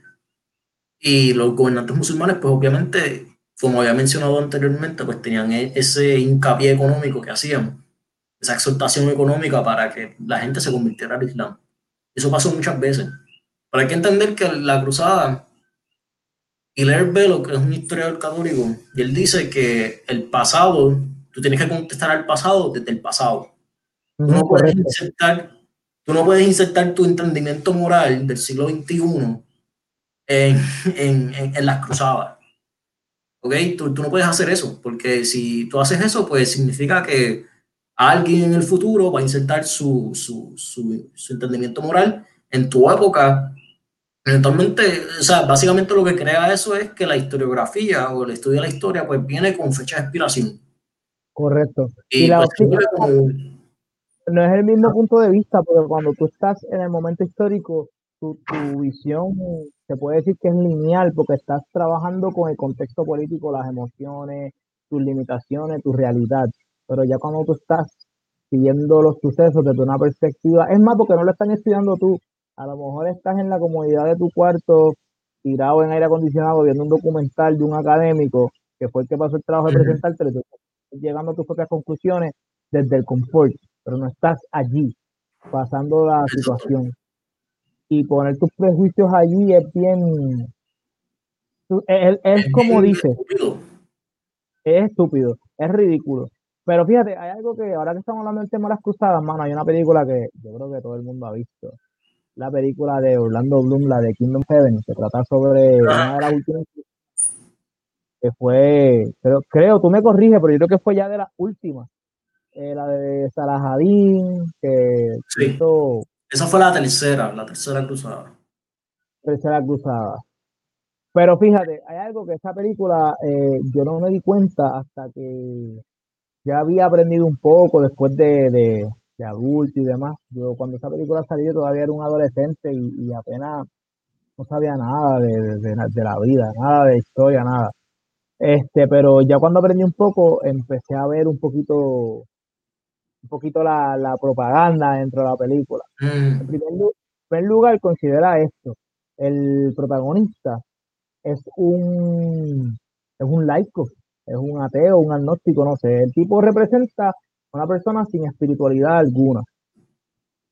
Y los gobernantes musulmanes, pues obviamente, como había mencionado anteriormente, pues tenían e- ese hincapié económico que hacían, esa exhortación económica para que la gente se convirtiera al Islam. Eso pasó muchas veces. Pero hay que entender que la cruzada, Hilaire Belloc, que es un historiador católico, y él dice que el pasado, tú tienes que contestar al pasado desde el pasado. Tú no Ujú, puedes correcto, insertar, tú no puedes insertar tu entendimiento moral del siglo veintiuno en, en, en, en las cruzadas. ¿Ok? Tú, tú no puedes hacer eso, porque si tú haces eso, pues significa que alguien en el futuro va a insertar su, su, su, su entendimiento moral en tu época. Eventualmente, o sea, básicamente lo que crea eso es que la historiografía o el estudio de la historia, pues viene con fecha de expiración. correcto. Y Y la pues se óptica vuelve como, no es el mismo punto de vista, porque cuando tú estás en el momento histórico, tu, tu visión se puede decir que es lineal, porque estás trabajando con el contexto político, las emociones, tus limitaciones, tu realidad. Pero ya cuando tú estás siguiendo los sucesos desde una perspectiva, es más, porque no lo están estudiando tú, a lo mejor estás en la comodidad de tu cuarto, tirado en aire acondicionado, viendo un documental de un académico, que fue el que pasó el trabajo de uh, presentarte, pero tú estás llegando a tus propias conclusiones desde el confort, pero no estás allí pasando la situación. Y poner tus prejuicios allí es bien, es, es es como bien dices, estúpido. es estúpido, es ridículo. Pero fíjate, hay algo que ahora que estamos hablando del tema de las cruzadas, mano, hay una película que yo creo que todo el mundo ha visto. La película de Orlando Bloom, la de Kingdom Heaven, se trata sobre una de las últimas que fue, creo, creo, tú me corriges, pero yo creo que fue ya de las últimas, eh, la de Salahadin, que Sí, hizo esa fue la tercera, la tercera cruzada. Tercera Cruzada. Pero fíjate, hay algo que esa película eh, yo no me di cuenta hasta que ya había aprendido un poco después de, de, de adulto y demás. Yo cuando esa película salió yo todavía era un adolescente y, y apenas no sabía nada de, de, de la de la vida, nada de historia, nada. Este, pero ya cuando aprendí un poco, empecé a ver un poquito, un poquito la, la propaganda dentro de la película. En Mm, primer, lu- en primer lugar, considera esto. El protagonista es un, es un laico, es un ateo, un agnóstico, no sé. El tipo representa a una persona sin espiritualidad alguna.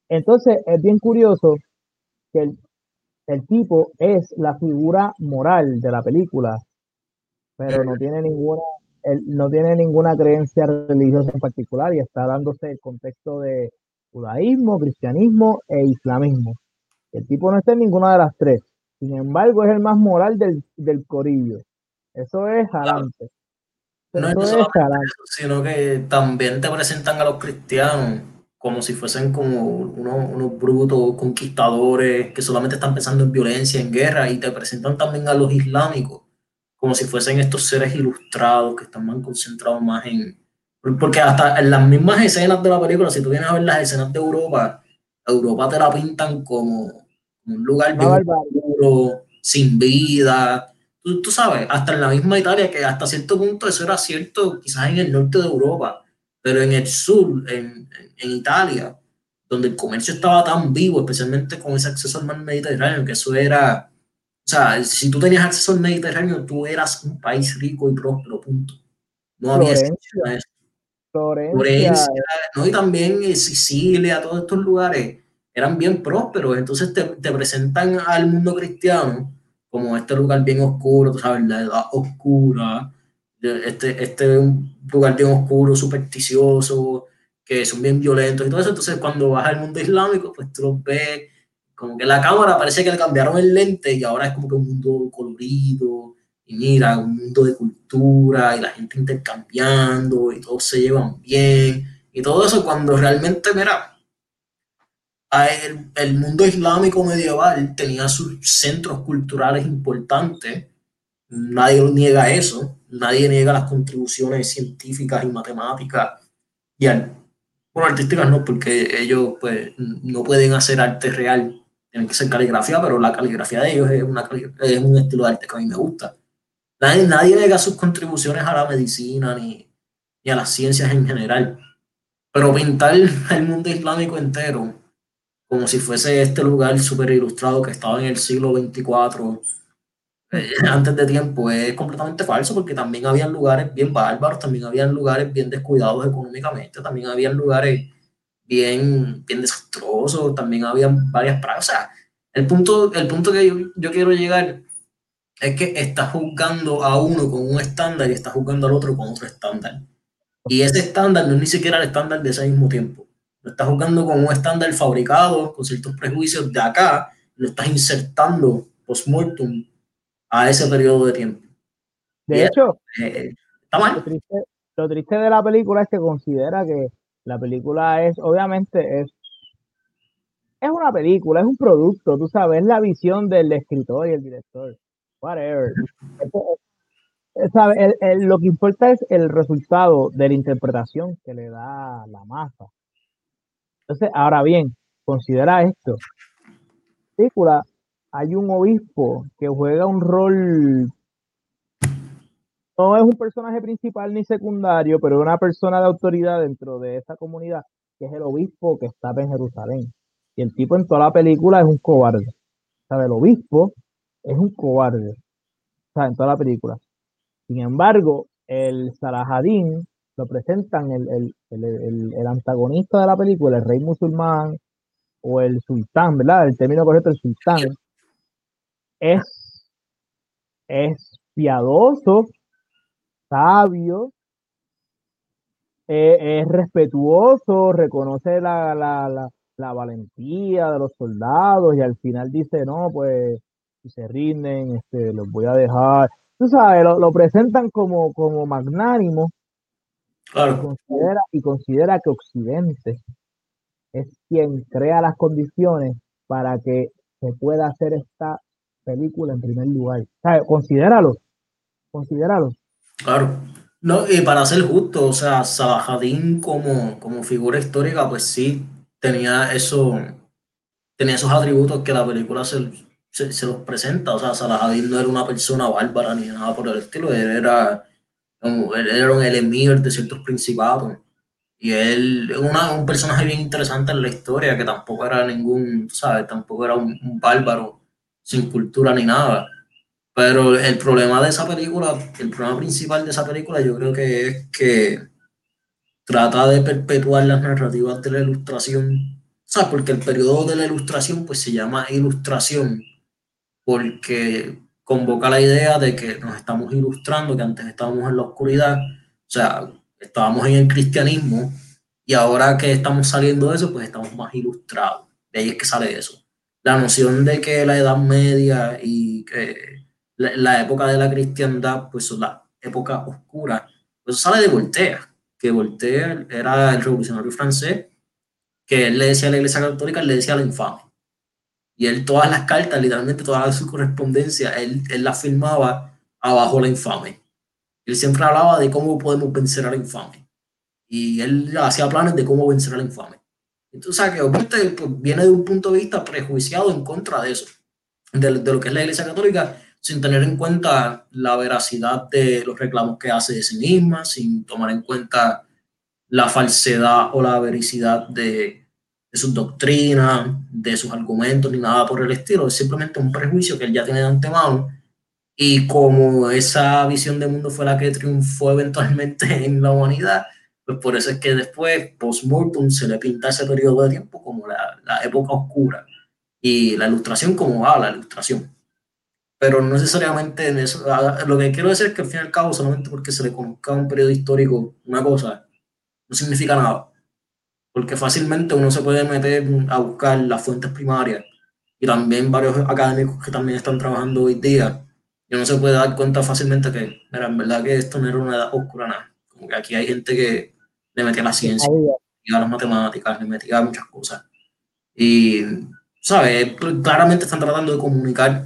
Entonces es bien curioso que el, el tipo es la figura moral de la película, pero no tiene ninguna, él no tiene ninguna creencia religiosa en particular y está dándose el contexto de judaísmo, cristianismo e islamismo. El tipo no está en ninguna de las tres. Sin embargo, es el más moral del, del corillo. Eso es jalante. No es no Eso es solamente jalante. eso, sino que también te presentan a los cristianos como si fuesen como unos, unos brutos conquistadores que solamente están pensando en violencia, en guerra, y te presentan también a los islámicos como si fuesen estos seres ilustrados que están más concentrados más en... Porque hasta en las mismas escenas de la película, si tú vienes a ver las escenas de Europa, Europa te la pintan como, como un lugar Una bien barbarie. oscuro, sin vida. Tú, tú sabes, hasta en la misma Italia, que hasta cierto punto eso era cierto, quizás en el norte de Europa, pero en el sur, en, en Italia, donde el comercio estaba tan vivo, especialmente con ese acceso al mar Mediterráneo, que eso era, o sea, si tú tenías acceso al Mediterráneo, tú eras un país rico y próspero, punto. No había excepción Florencia. a eso. Florencia. Florencia, ¿no? Y también eh, Sicilia, todos estos lugares eran bien prósperos, entonces te, te presentan al mundo cristiano como este lugar bien oscuro, tú sabes, la edad oscura, este, este un lugar bien oscuro, supersticioso, que son bien violentos y todo eso, entonces cuando vas al mundo islámico, pues tú los ves, como que la cámara parece que le cambiaron el lente y ahora es como que un mundo colorido, y mira, un mundo de cultura y la gente intercambiando y todos se llevan bien y todo eso cuando realmente, mira, el, el mundo islámico medieval tenía sus centros culturales importantes, nadie niega eso, nadie niega las contribuciones científicas y matemáticas y al, bueno, artísticas no, porque ellos pues no pueden hacer arte real, tienen que ser caligrafía, pero la caligrafía de ellos es, una, es un estilo de arte que a mí me gusta. Nadie, nadie nega sus contribuciones a la medicina ni, ni a las ciencias en general, pero pintar el mundo islámico entero como si fuese este lugar súper ilustrado que estaba en el siglo veinticuatro, eh, antes de tiempo, es completamente falso porque también habían lugares bien bárbaros, también habían lugares bien descuidados económicamente, también habían lugares bien, bien desastrosos, también habían varias prácticas. O sea, el punto, el punto que yo, yo quiero llegar es que está juzgando a uno con un estándar y está juzgando al otro con otro estándar. Y ese estándar no es ni siquiera el estándar de ese mismo tiempo. Lo estás juzgando con un estándar fabricado, con ciertos prejuicios de acá, lo estás insertando post-mortem a ese periodo de tiempo. Y De eso hecho, eh, está lo mal. triste, lo triste de la película es que considera que la película es, obviamente, es, es una película, es un producto, tú sabes, es la visión del escritor y el director. Whatever. Eso, es- ¿sabe? El- el- lo que importa es el resultado de la interpretación que le da la masa. Entonces, ahora bien, considera esto. En la película hay un obispo que juega un rol, no es un personaje principal ni secundario, pero es una persona de autoridad dentro de esa comunidad, que es el obispo que está en Jerusalén. Y el tipo en toda la película es un cobarde. ¿Sabe? El obispo es un cobarde, o sea, en toda la película. Sin embargo, el Salahadín lo presentan el, el, el, el, el antagonista de la película, el rey musulmán o el sultán, ¿verdad? El término correcto, el sultán, es, es piadoso, sabio, eh, es respetuoso, reconoce la, la, la, la valentía de los soldados y al final dice, no, pues si se rinden, este, los voy a dejar. Tú sabes, lo, lo presentan como, como magnánimo y Claro, considera, y considera que Occidente es quien crea las condiciones para que se pueda hacer esta película en primer lugar. ¿Sabes? Considéralo, considéralo. claro. No, y para ser justo, o sea, Salahadín como, como figura histórica, pues sí, tenía eso, tenía esos atributos que la película se, se, se los presenta. O sea, Salahadin no era una persona bárbara ni nada por el estilo, él era, un- él era un emir de ciertos principados. Y él es una- un personaje bien interesante en la historia, que tampoco era ningún, tú ¿sabes? Tampoco era un, un bárbaro sin cultura ni nada. Pero el problema de esa película, el problema principal de esa película, yo creo que es que trata de perpetuar las narrativas de la ilustración sea, porque el periodo de la Ilustración pues se llama Ilustración, porque convoca la idea de que nos estamos ilustrando, que antes estábamos en la oscuridad, o sea, estábamos en el cristianismo, y ahora que estamos saliendo de eso, pues estamos más ilustrados. De ahí es que sale eso. La noción de que la Edad Media y que la, la época de la cristiandad, pues son las épocas oscuras, pues eso sale de Voltaire, que Voltaire era el revolucionario francés, que él le decía a la Iglesia Católica, él le decía a la infame. Y él todas las cartas, literalmente toda su correspondencia, él, él la firmaba abajo la infame. Él siempre hablaba de cómo podemos vencer a la infame. Y él hacía planes de cómo vencer a la infame. Entonces, o sea, que obviamente pues, viene de un punto de vista prejuiciado en contra de eso, de, de lo que es la Iglesia Católica, sin tener en cuenta la veracidad de los reclamos que hace de sí misma, sin tomar en cuenta la falsedad o la vericidad de, de sus doctrinas, de sus argumentos, ni nada por el estilo. Es simplemente un prejuicio que él ya tiene de antemano. Y como esa visión de mundo fue la que triunfó eventualmente en la humanidad, pues por eso es que después, post-mortem, se le pinta ese periodo de tiempo como la, la época oscura y la ilustración como va, la ilustración. Pero no necesariamente en eso. Lo que quiero decir es que al fin y al cabo, solamente porque se le conozca a un periodo histórico una cosa, no significa nada, porque fácilmente uno se puede meter a buscar las fuentes primarias y también varios académicos que también están trabajando hoy día y uno se puede dar cuenta fácilmente que, mira, en verdad que esto no era una edad oscura, nada. Como que aquí hay gente que le metía a la ciencia, le metía a las matemáticas, le metía a muchas cosas. Y, ¿sabes? Claramente están tratando de comunicar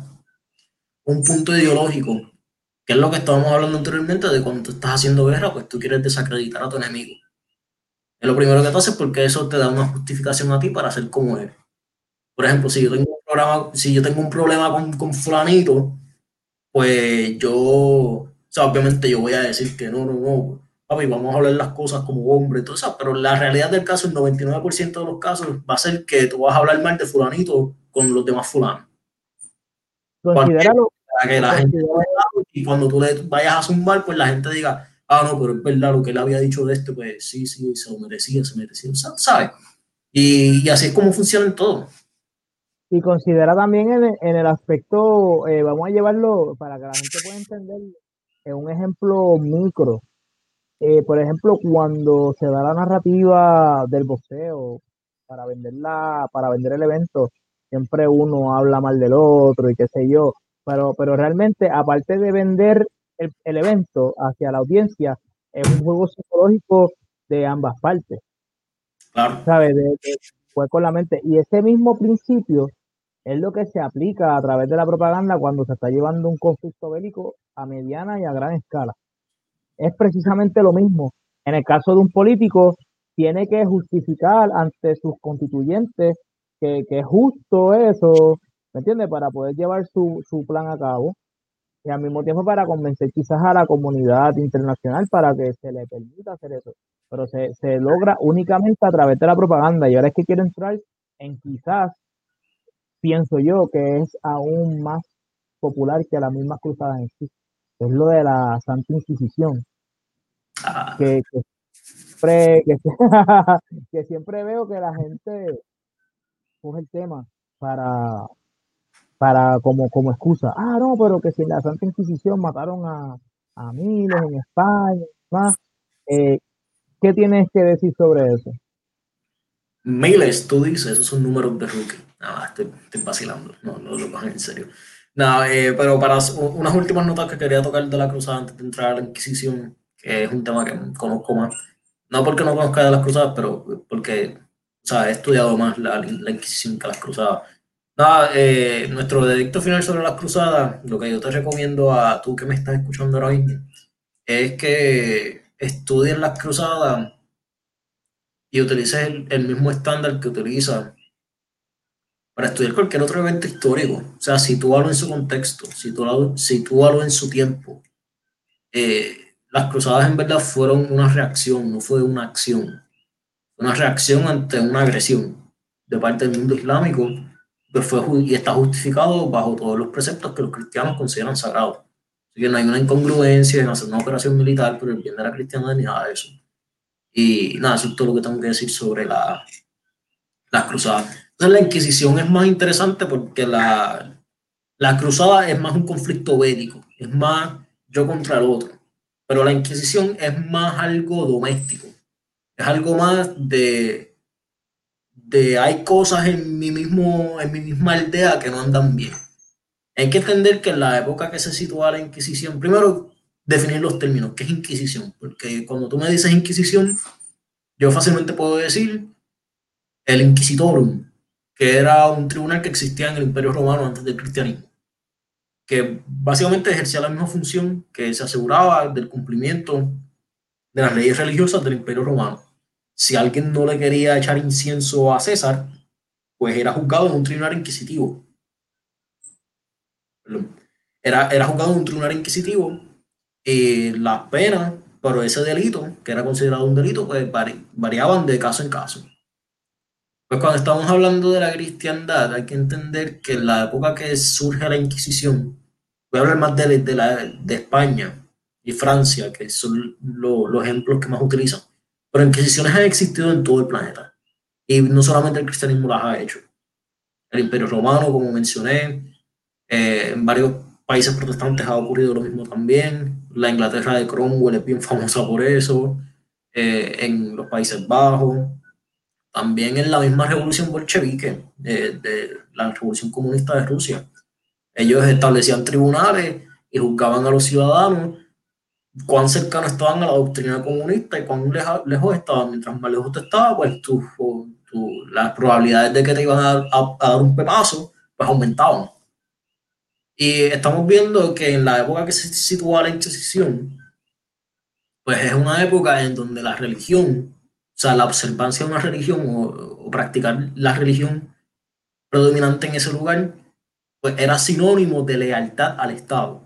un punto ideológico, que es lo que estábamos hablando anteriormente, de cuando tú estás haciendo guerra, pues tú quieres desacreditar a tu enemigo. Es lo primero que tú haces porque eso te da una justificación a ti para ser como él. Por ejemplo, si yo tengo un programa, si yo tengo un problema con, con fulanito, pues yo, o sea, obviamente yo voy a decir que no, no, no, papi, vamos a hablar las cosas como hombre, todo eso, pero la realidad del caso, el noventa y nueve por ciento de los casos va a ser que tú vas a hablar mal de fulanito con los demás fulanos. Considéralo. Para que la gente y cuando tú le vayas a zumbar, pues la gente diga, ah, no, pero es verdad lo que él había dicho de este, pues sí, sí, se lo merecía, se merecía, ¿sabes? Y, y así es como funciona en todo. Y considera también en el, en el aspecto, eh, vamos a llevarlo para que la gente pueda entender, en un ejemplo micro. Eh, por ejemplo, cuando se da la narrativa del boxeo para venderla, para vender el evento, siempre uno habla mal del otro y qué sé yo, pero, pero realmente, aparte de vender el, el evento hacia la audiencia, es un juego psicológico de ambas partes, Claro. ¿sabes? De, de jugar con la mente. Y ese mismo principio es lo que se aplica a través de la propaganda cuando se está llevando un conflicto bélico a mediana y a gran escala. Es precisamente lo mismo. En el caso de un político, tiene que justificar ante sus constituyentes que, que es justo eso, ¿me entiendes? Para poder llevar su, su plan a cabo y al mismo tiempo para convencer quizás a la comunidad internacional para que se le permita hacer eso. Pero se, se logra únicamente a través de la propaganda. Y ahora es que quiero entrar en quizás, pienso yo, que es aún más popular que las mismas cruzadas en sí. Es lo de la Santa Inquisición. Ah, Que, que siempre, que, que siempre veo que la gente coge el tema para, para como, como excusa. Ah, no, pero que si en la Santa Inquisición mataron a, a miles en España, más. Eh, ¿Qué tienes que decir sobre eso? miles, tú dices, esos son números de rookie. Nada, estoy, estoy vacilando, no, no lo cojan en serio. Nada, eh, pero para unas últimas notas que quería tocar de la cruzada antes de entrar a la Inquisición, que es un tema que conozco más. No porque no conozca de las cruzadas, pero porque, o sea, he estudiado más la, la Inquisición que las cruzadas. Nada, eh, nuestro veredicto final sobre las cruzadas, lo que yo te recomiendo a tú que me estás escuchando ahora mismo, es que estudien las cruzadas y utilices el, el mismo estándar que utilizas para estudiar cualquier otro evento histórico. O sea, sitúalo en su contexto, sitúalo, sitúalo en su tiempo. Eh, las cruzadas en verdad fueron una reacción, no fue una acción. Una reacción ante una agresión de parte del mundo islámico que fue, y está justificado bajo todos los preceptos que los cristianos consideran sagrados. Así que no hay una incongruencia en hacer una operación militar por el bien de la cristiandad ni nada de eso. Y nada, eso es todo lo que tengo que decir sobre la, las cruzadas. Entonces la Inquisición es más interesante porque la, la cruzada es más un conflicto bélico, es más yo contra el otro, pero la Inquisición es más algo doméstico, es algo más de, de hay cosas en mi, mismo, en mi misma aldea que no andan bien. Hay que entender que en la época que se sitúa la Inquisición, primero definir los términos, ¿qué es Inquisición? Porque cuando tú me dices Inquisición, yo fácilmente puedo decir el Inquisitorum, que era un tribunal que existía en el Imperio Romano antes del cristianismo, que básicamente ejercía la misma función, que se aseguraba del cumplimiento de las leyes religiosas del Imperio Romano. Si alguien no le quería echar incienso a César, pues era juzgado en un tribunal inquisitivo. Era, era juzgado en un tribunal inquisitivo y las penas por ese delito, que era considerado un delito, pues variaban de caso en caso. Pues cuando estamos hablando de la cristiandad, hay que entender que en la época que surge la Inquisición, voy a hablar más de, de, la, de España y Francia, que son lo, los ejemplos que más utilizan, pero Inquisiciones han existido en todo el planeta. Y no solamente el cristianismo las ha hecho. El Imperio Romano, como mencioné, eh, en varios países protestantes ha ocurrido lo mismo también. La Inglaterra de Cromwell es bien famosa por eso. Eh, en los Países Bajos, también en la misma revolución bolchevique, de, de la revolución comunista de Rusia. Ellos establecían tribunales y juzgaban a los ciudadanos cuán cercanos estaban a la doctrina comunista y cuán leja, lejos estaban. Mientras más lejos te estaba, pues tu, tu, las probabilidades de que te iban a, a, a dar un pepazo, pues aumentaban. Y estamos viendo que en la época que se sitúa la Inquisición, pues es una época en donde la religión, o sea, la observancia de una religión o, o practicar la religión predominante en ese lugar, pues era sinónimo de lealtad al Estado.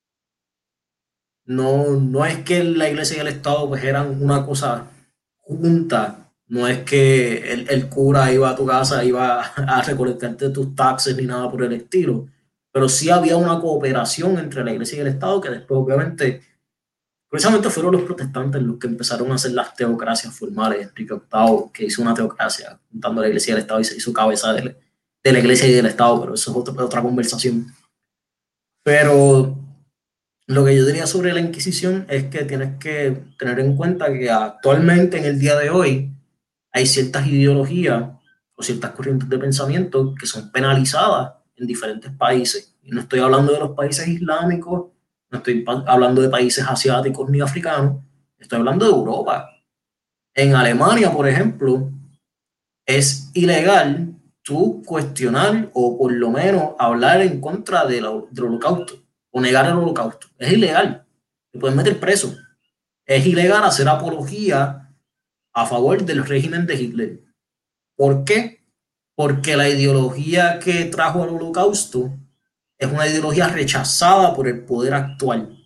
No, no es que la iglesia y el Estado pues eran una cosa junta, no es que el, el cura iba a tu casa, iba a recolectarte tus taxes ni nada por el estilo, pero sí había una cooperación entre la iglesia y el Estado que después obviamente, precisamente fueron los protestantes los que empezaron a hacer las teocracias formales. Enrique octavo, que hizo una teocracia juntando a la iglesia y el Estado y se hizo cabeza de, de la iglesia y del Estado, pero eso es otra, otra conversación. Pero lo que yo diría sobre la Inquisición es que tienes que tener en cuenta que actualmente, en el día de hoy, hay ciertas ideologías o ciertas corrientes de pensamiento que son penalizadas en diferentes países. Y no estoy hablando de los países islámicos, no estoy hablando de países asiáticos ni africanos, estoy hablando de Europa. En Alemania, por ejemplo, es ilegal tú cuestionar o por lo menos hablar en contra del, del holocausto o negar el holocausto. Es ilegal. Te pueden meter preso. Es ilegal hacer apología a favor del régimen de Hitler. ¿Por qué? Porque la ideología que trajo al holocausto es una ideología rechazada por el poder actual.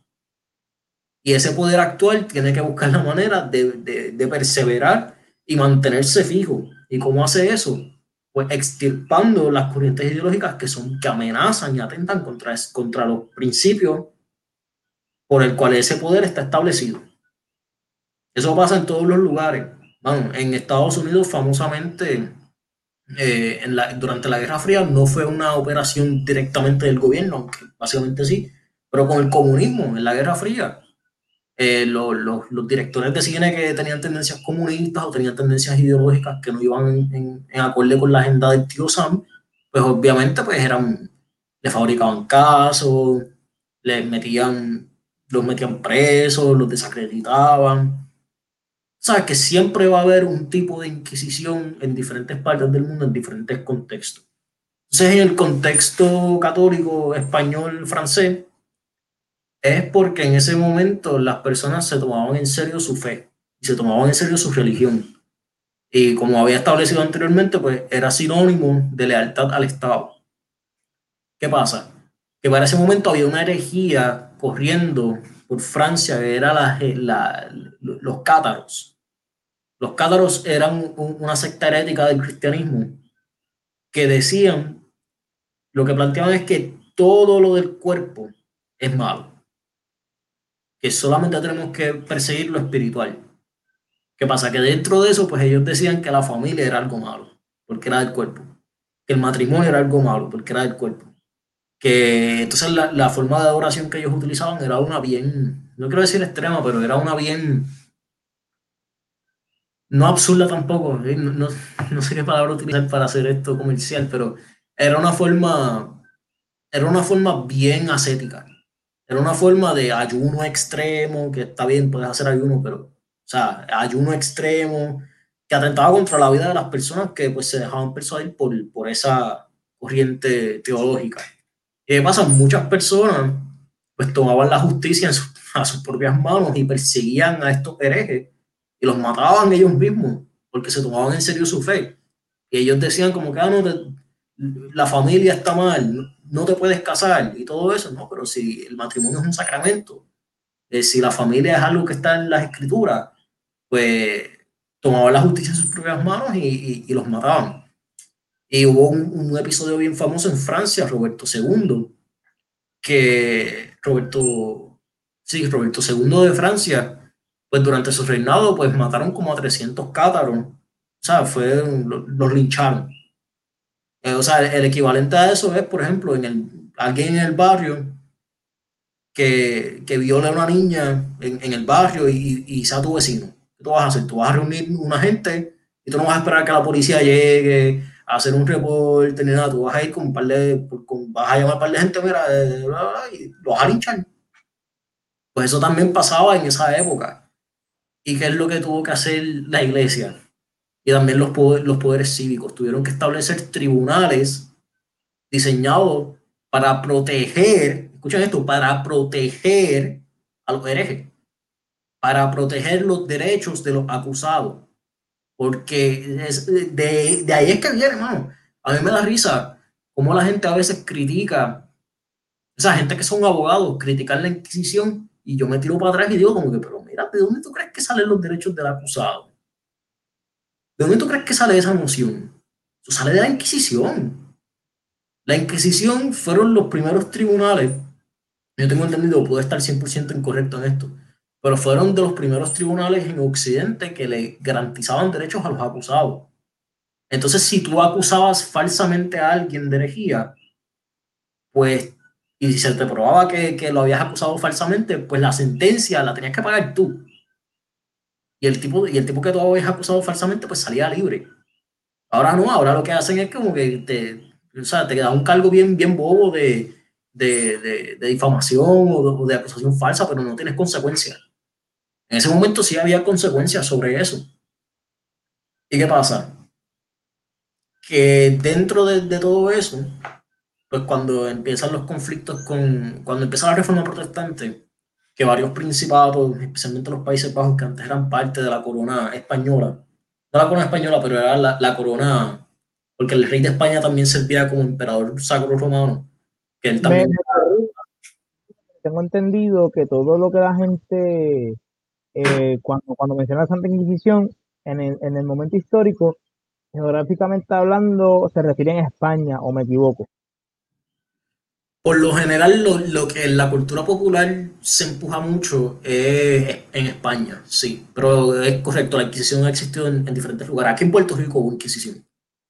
Y ese poder actual tiene que buscar la manera de, de, de perseverar y mantenerse fijo. ¿Y cómo hace eso? Pues extirpando las corrientes ideológicas que son que amenazan y atentan contra, contra los principios por el cual ese poder está establecido. Eso pasa en todos los lugares. Bueno, en Estados Unidos, famosamente, eh, en la, durante la Guerra Fría, no fue una operación directamente del gobierno, aunque básicamente sí, pero con el comunismo en la Guerra Fría. Eh, los, los, los, directores de cine que tenían tendencias comunistas o tenían tendencias ideológicas que no iban en, en, en acorde con la agenda del tío Sam, pues obviamente pues eran, le fabricaban casos, les metían, los metían presos, los desacreditaban. O sea, que siempre va a haber un tipo de inquisición en diferentes partes del mundo, en diferentes contextos. Entonces, en el contexto católico español, francés, es porque en ese momento las personas se tomaban en serio su fe y se tomaban en serio su religión. Y como había establecido anteriormente, pues era sinónimo de lealtad al Estado. ¿Qué pasa? Que para ese momento había una herejía corriendo por Francia, que era la, la, los cátaros. Los cátaros eran una secta herética del cristianismo que decían, lo que planteaban es que todo lo del cuerpo es malo, que solamente tenemos que perseguir lo espiritual. ¿Qué pasa? Que dentro de eso, pues ellos decían que la familia era algo malo. porque era del cuerpo. Que el matrimonio era algo malo, porque era del cuerpo. Que entonces la, la forma de adoración que ellos utilizaban era una bien, no quiero decir extrema, pero era una bien, no absurda tampoco, ¿eh? no, no, no sé qué palabra utilizar para hacer esto comercial, pero era una forma, era una forma bien ascética. Era una forma de ayuno extremo, que está bien, puedes hacer ayuno, pero, o sea, ayuno extremo, que atentaba contra la vida de las personas que pues se dejaban persuadir por, por esa corriente teológica. ¿Y qué pasa? Muchas personas pues tomaban la justicia en su, a sus propias manos y perseguían a estos herejes y los mataban ellos mismos porque se tomaban en serio su fe. Y ellos decían como que ah, no, te, la familia está mal, no, no te puedes casar y todo eso. No, pero si el matrimonio es un sacramento, eh, si la familia es algo que está en las escrituras, pues tomaban la justicia en sus propias manos y, y, y los mataban. Y hubo un, un, episodio bien famoso en Francia, Roberto segundo, que Roberto, sí, Roberto segundo de Francia, pues durante su reinado, pues mataron como a trescientos cátaros. O sea, fue, los, los lincharon. Eh, o sea, el, el, equivalente a eso es, por ejemplo, en el, alguien en el barrio que, que viola a una niña en, en el barrio y, y sea tu vecino. ¿Qué tú vas a hacer? Tú vas a reunir una gente y tú no vas a esperar que la policía llegue a hacer un reporte ni nada. Tú vas a ir con un par de, con, vas a llamar a un par de gente, mira, eh, bla, bla, y los vas a linchar. Pues eso también pasaba en esa época. ¿Y qué es lo que tuvo que hacer la iglesia? Y también los, poder, los poderes cívicos. Tuvieron que establecer tribunales diseñados para proteger, escuchen esto, para proteger a los herejes, para proteger los derechos de los acusados. Porque es, de, de ahí es que viene, hermano. A mí me da risa cómo la gente a veces critica, esa gente que son abogados, criticar la Inquisición, y yo me tiro para atrás y digo como que, pero mira, ¿de dónde tú crees que salen los derechos del acusado? ¿De dónde tú crees que sale esa noción? Eso sale de la Inquisición. La Inquisición fueron los primeros tribunales, yo tengo entendido, puedo estar cien por ciento incorrecto en esto, pero fueron de los primeros tribunales en Occidente que le garantizaban derechos a los acusados. Entonces, si tú acusabas falsamente a alguien de herejía, pues, y si se te probaba que, que lo habías acusado falsamente, pues la sentencia la tenías que pagar tú. Y el tipo, y el tipo que tú habías acusado falsamente, pues salía libre. Ahora no, ahora lo que hacen es como que te, o sea, te da un cargo bien, bien bobo de, de, de, de difamación o de, de acusación falsa, pero no tienes consecuencias. En ese momento sí había consecuencias sobre eso. ¿Y qué pasa? Que dentro de, de todo eso, pues cuando empiezan los conflictos con, cuando empieza la reforma protestante, que varios principados, especialmente los Países Bajos, que antes eran parte de la corona española, no la corona española, pero era la, la corona, porque el rey de España también servía como emperador sacro romano, que él Me, también... tengo entendido que todo lo que la gente, eh, cuando, cuando menciona la Santa Inquisición, en el, en el momento histórico, geográficamente hablando, se refiere a España, o me equivoco. Por lo general, lo, lo que en la cultura popular se empuja mucho es en España, sí, pero es correcto, la Inquisición ha existido en, en diferentes lugares. Aquí en Puerto Rico hubo Inquisición.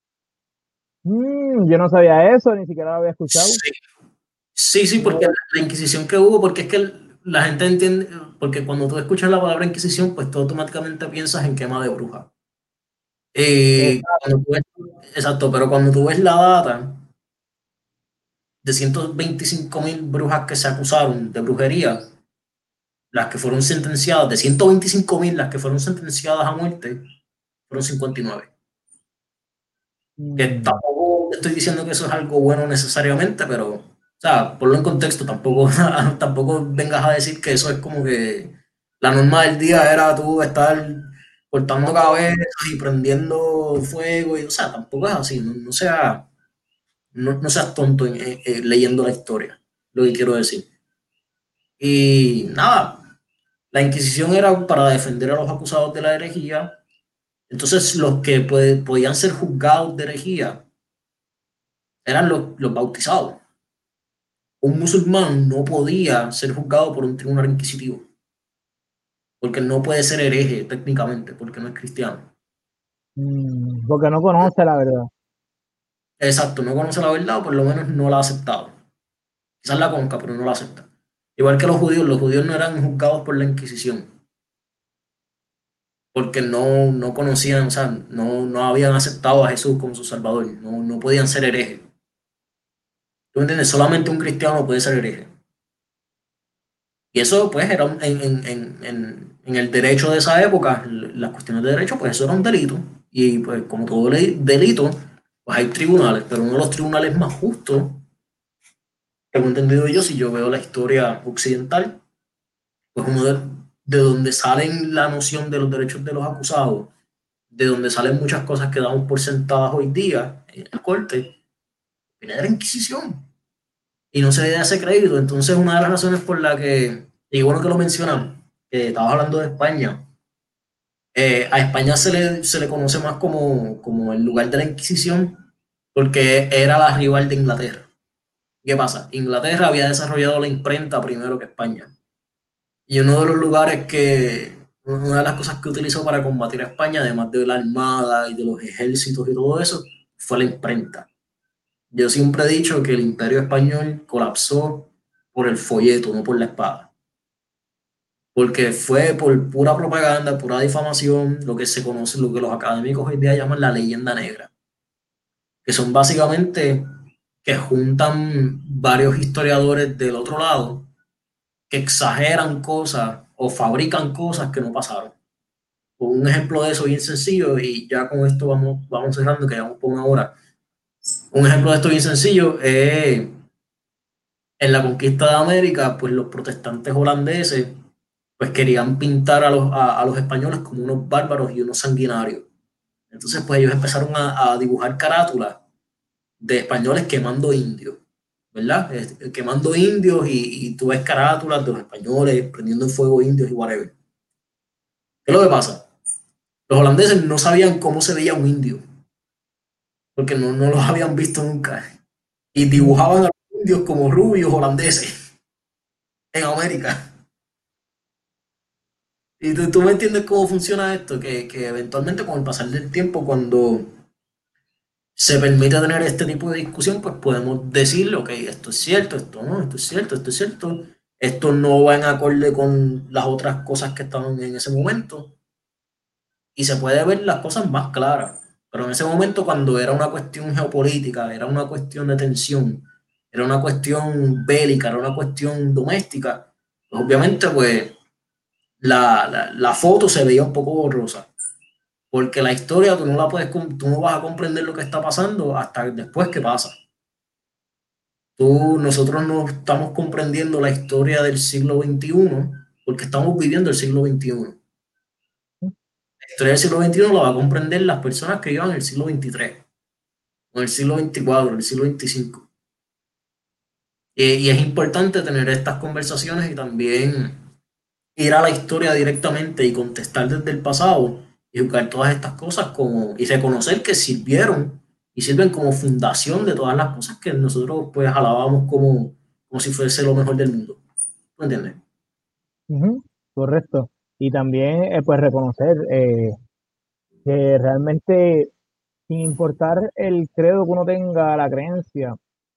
Mm, yo no sabía eso, ni siquiera lo había escuchado. Sí, sí, sí, porque No, la, la Inquisición que hubo, porque es que el- la gente entiende, porque cuando tú escuchas la palabra Inquisición, pues tú automáticamente piensas en quema de brujas. Eh, exacto. cuando tú ves- exacto, pero cuando tú ves la data de ciento veinticinco mil brujas que se acusaron de brujería, las que fueron sentenciadas, de ciento veinticinco mil las que fueron sentenciadas a muerte, fueron cincuenta y nueve. Que Mm, tampoco estoy diciendo que eso es algo bueno necesariamente, pero, o sea, ponlo en contexto, tampoco, tampoco vengas a decir que eso es como que la norma del día era tú estar cortando cabezas y prendiendo fuego, y, o sea, tampoco es así, no, no sea, no, no seas tonto en, en, en leyendo la historia, lo que quiero decir. Y nada, la Inquisición era para defender a los acusados de la herejía. Entonces, los que puede, podían ser juzgados de herejía eran los, los bautizados. Un musulmán no podía ser juzgado por un tribunal inquisitivo, porque no puede ser hereje técnicamente, porque no es cristiano. Mm, porque no conoce la verdad. Exacto, no conoce la verdad o por lo menos no la ha aceptado. Quizás la conozca, pero no la acepta. Igual que los judíos, los judíos no eran juzgados por la Inquisición, porque no, no conocían, o sea, no, no habían aceptado a Jesús como su Salvador, no, no podían ser herejes. ¿Tú me entiendes? Solamente un cristiano puede ser hereje. Y eso, pues, era un- en, en, en, en, en el derecho de esa época, l- las cuestiones de derecho, pues eso era un delito. Y pues, como todo le- delito, pues hay tribunales, pero uno de los tribunales más justos, tengo entendido yo, si yo veo la historia occidental, pues uno de, de donde salen la noción de los derechos de los acusados, de donde salen muchas cosas que damos por sentadas hoy día en la corte, viene de la Inquisición. Y no se le da ese crédito. Entonces, una de las razones por la que, y bueno que lo mencionan, que estabas hablando de España, eh, a España se le, se le conoce más como, como el lugar de la Inquisición, porque era la rival de Inglaterra. ¿Qué pasa? Inglaterra había desarrollado la imprenta primero que España. Y uno de los lugares que, una de las cosas que utilizó para combatir a España, además de la armada y de los ejércitos y todo eso, fue la imprenta. Yo siempre he dicho que el imperio español colapsó por el folleto, no por la espada. Porque fue por pura propaganda, pura difamación, lo que se conoce, lo que los académicos hoy día llaman la leyenda negra, que son básicamente que juntan varios historiadores del otro lado que exageran cosas o fabrican cosas que no pasaron. Un ejemplo de eso bien sencillo, y ya con esto vamos, vamos cerrando, que llevamos por una hora. Un ejemplo de esto bien sencillo es en la conquista de América, pues los protestantes holandeses pues querían pintar a los, a, a los españoles como unos bárbaros y unos sanguinarios. Entonces, pues ellos empezaron a, a dibujar carátulas de españoles quemando indios, ¿verdad? Eh, quemando indios y, y tú ves carátulas de los españoles prendiendo en fuego indios y whatever. ¿Qué es lo que pasa? Los holandeses no sabían cómo se veía un indio, porque no, no los habían visto nunca. Y Mm, dibujaban a los indios como rubios holandeses en América. Y tú, tú me entiendes cómo funciona esto, que, que eventualmente con el pasar del tiempo, cuando se permite tener este tipo de discusión, pues podemos decirle, ok, esto es cierto, esto no, esto es cierto, esto es cierto, esto no va en acorde con las otras cosas que estaban en ese momento, y se puede ver las cosas más claras. Pero en ese momento, cuando era una cuestión geopolítica, era una cuestión de tensión, era una cuestión bélica, era una cuestión doméstica, pues obviamente, pues la, la, la foto se veía un poco borrosa. Porque la historia tú no la puedes, tú no vas a comprender lo que está pasando hasta después que pasa. Tú, nosotros no estamos comprendiendo la historia del siglo veintiuno porque estamos viviendo el siglo veintiuno. La historia del siglo veintiuno la va a comprender las personas que vivan en el siglo veintitrés, o en el siglo veinticuatro, en el siglo veinticinco. Y, y es importante tener estas conversaciones y también ir a la historia directamente y contestar desde el pasado y buscar todas estas cosas como, y reconocer que sirvieron y sirven como fundación de todas las cosas que nosotros pues alabamos como, como si fuese lo mejor del mundo. ¿Me entiendes? ujú, correcto. Y también, eh, pues, reconocer eh, que realmente, sin importar el credo que uno tenga, la creencia,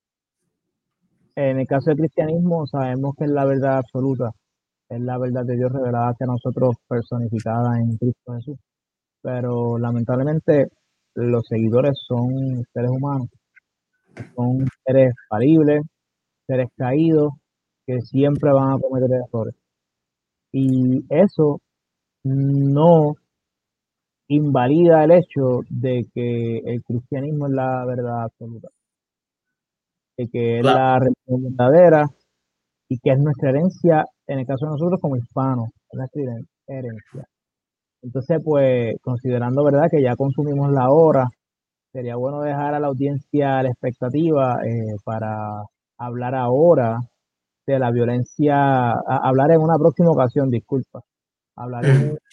en el caso del cristianismo, sabemos que es la verdad absoluta, es la verdad de Dios revelada hacia nosotros, personificada en Cristo Jesús. Pero lamentablemente, los seguidores son seres humanos, son seres falibles, seres caídos, que siempre van a cometer errores. Y eso no invalida el hecho de que el cristianismo es la verdad absoluta, de que es Claro. la religión verdadera y que es nuestra herencia, en el caso de nosotros como hispanos, es nuestra herencia. Entonces, pues, considerando, ¿verdad?, que ya consumimos la hora, sería bueno dejar a la audiencia la expectativa eh, para hablar ahora de la violencia, a- hablar en una próxima ocasión, disculpa, hablar en un,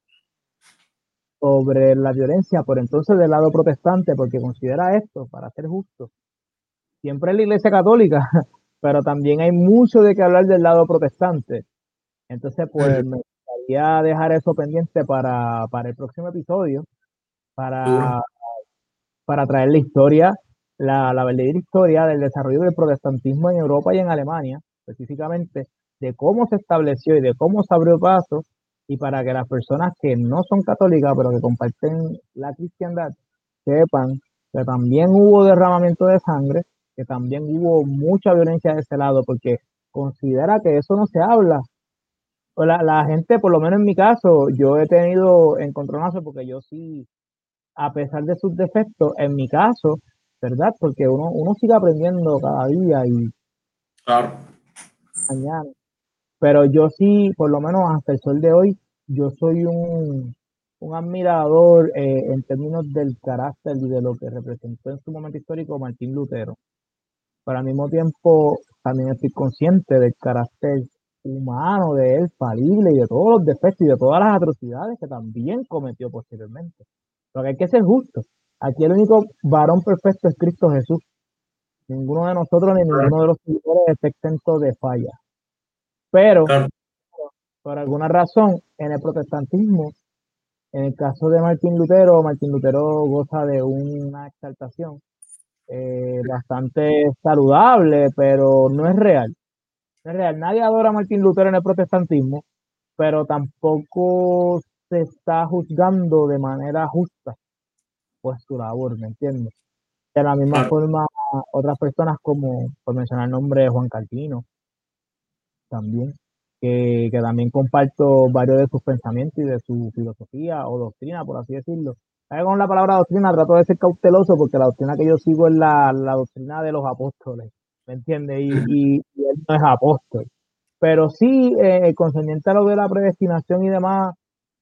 sobre la violencia, por entonces del lado protestante, porque considera esto, para ser justo, siempre es la Iglesia Católica, pero también hay mucho de qué hablar del lado protestante. Entonces, pues me gustaría dejar eso pendiente para, para el próximo episodio, Seguro. para, para traer la historia, la, la verdadera historia del desarrollo del protestantismo en Europa y en Alemania, específicamente, de cómo se estableció y de cómo se abrió paso, y para que las personas que no son católicas, pero que comparten la cristiandad, sepan que también hubo derramamiento de sangre, que también hubo mucha violencia de ese lado, porque considera que eso no se habla. O la, la gente, por lo menos en mi caso, yo he tenido encontronazos porque yo sí, a pesar de sus defectos, en mi caso, ¿verdad? Porque uno, uno sigue aprendiendo cada día y Claro, mañana. Pero yo sí, por lo menos hasta el sol de hoy, yo soy un, un admirador eh, en términos del carácter y de lo que representó en su momento histórico Martín Lutero. Pero al mismo tiempo también estoy consciente del carácter humano de él, falible y de todos los defectos y de todas las atrocidades que también cometió posteriormente. Porque hay que ser justo. Aquí el único varón perfecto es Cristo Jesús. Ninguno de nosotros ni claro, ninguno de los seguidores está exento de falla. Pero, claro. por alguna razón, en el protestantismo, en el caso de Martín Lutero, Martín Lutero goza de una exaltación eh, bastante saludable, pero no es real. No es real. Nadie adora a Martín Lutero en el protestantismo, pero tampoco se está juzgando de manera justa pues su labor, ¿me entiendes? De la misma Claro. forma, otras personas como, por mencionar el nombre de Juan Calvino, también, que, que también comparto varios de sus pensamientos y de su filosofía o doctrina, por así decirlo. ¿Sabes? Con la palabra doctrina trato de ser cauteloso porque la doctrina que yo sigo es la, la doctrina de los apóstoles, ¿me entiendes? Y, y, y él no es apóstol. Pero sí, eh, concerniente a lo de la predestinación y demás,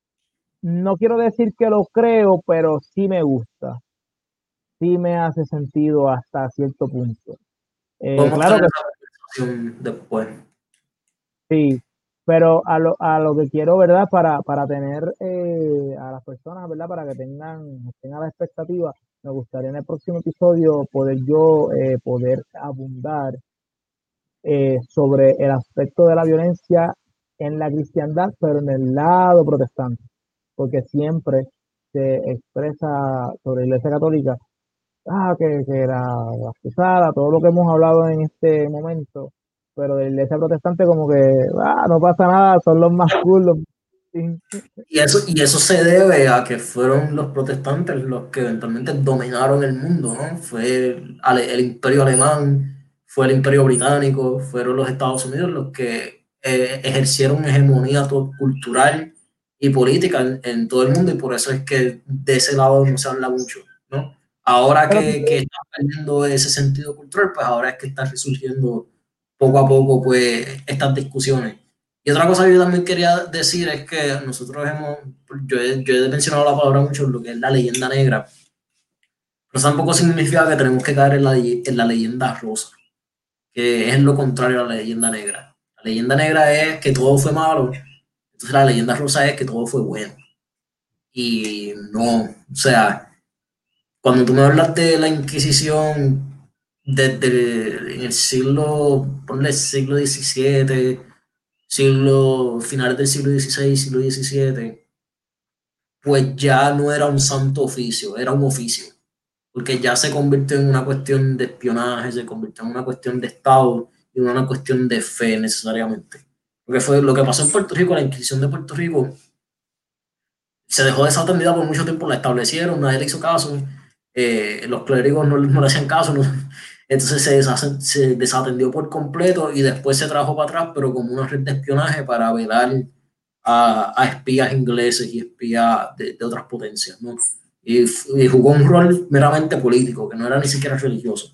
no quiero decir que lo creo, pero sí me gusta, sí me hace sentido hasta cierto punto. Eh, Podemos claro tener que esa conversación después. sí, pero a lo, a lo que quiero, ¿verdad? Para, para tener eh, a las personas, ¿verdad? Para que tengan, tengan la expectativa, me gustaría en el próximo episodio poder yo eh, poder abundar eh, sobre el aspecto de la violencia en la cristiandad, pero en el lado protestante, porque siempre se expresa sobre la Iglesia Católica, ah, que, que la, la cruzada, todo lo que hemos hablado en este momento, pero de la Iglesia Protestante como que, ah, no pasa nada, son los más cool, los más... Y eso, y eso se debe a que fueron los protestantes los que eventualmente dominaron el mundo, ¿no? Fue el, el imperio alemán, fue el imperio británico, fueron los Estados Unidos los que eh, ejercieron hegemonía cultural y política en, en, todo el mundo, y por eso es que de ese lado no se habla mucho, ¿no? Ahora Pero, que, que está perdiendo ese sentido cultural, pues ahora es que está resurgiendo poco a poco pues estas discusiones. Y otra cosa que yo también quería decir es que nosotros hemos, yo he, yo he mencionado la palabra mucho, lo que es la leyenda negra, pero eso tampoco significa que tenemos que caer en la, en la leyenda rosa, que es lo contrario a la leyenda negra. La leyenda negra es que todo fue malo, entonces la leyenda rosa es que todo fue bueno. Y no, o sea, cuando tú me hablas de la Inquisición desde en el siglo, ponle siglo diecisiete, siglo, finales del siglo dieciséis, siglo diecisiete, pues ya no era un santo oficio, era un oficio, porque ya se convirtió en una cuestión de espionaje, se convirtió en una cuestión de Estado y no una cuestión de fe necesariamente. Porque fue lo que pasó en Puerto Rico, la Inquisición de Puerto Rico, se dejó desatendida por mucho tiempo, la establecieron, nadie le hizo caso, eh, los clérigos no, no, le hacían caso, no, entonces se, deshacen, se, desatendió por completo y después se trajo para atrás, pero como una red de espionaje para velar a, a espías ingleses y espías de, de otras potencias, ¿no? Y, y, jugó un rol meramente político, que no era ni siquiera religioso.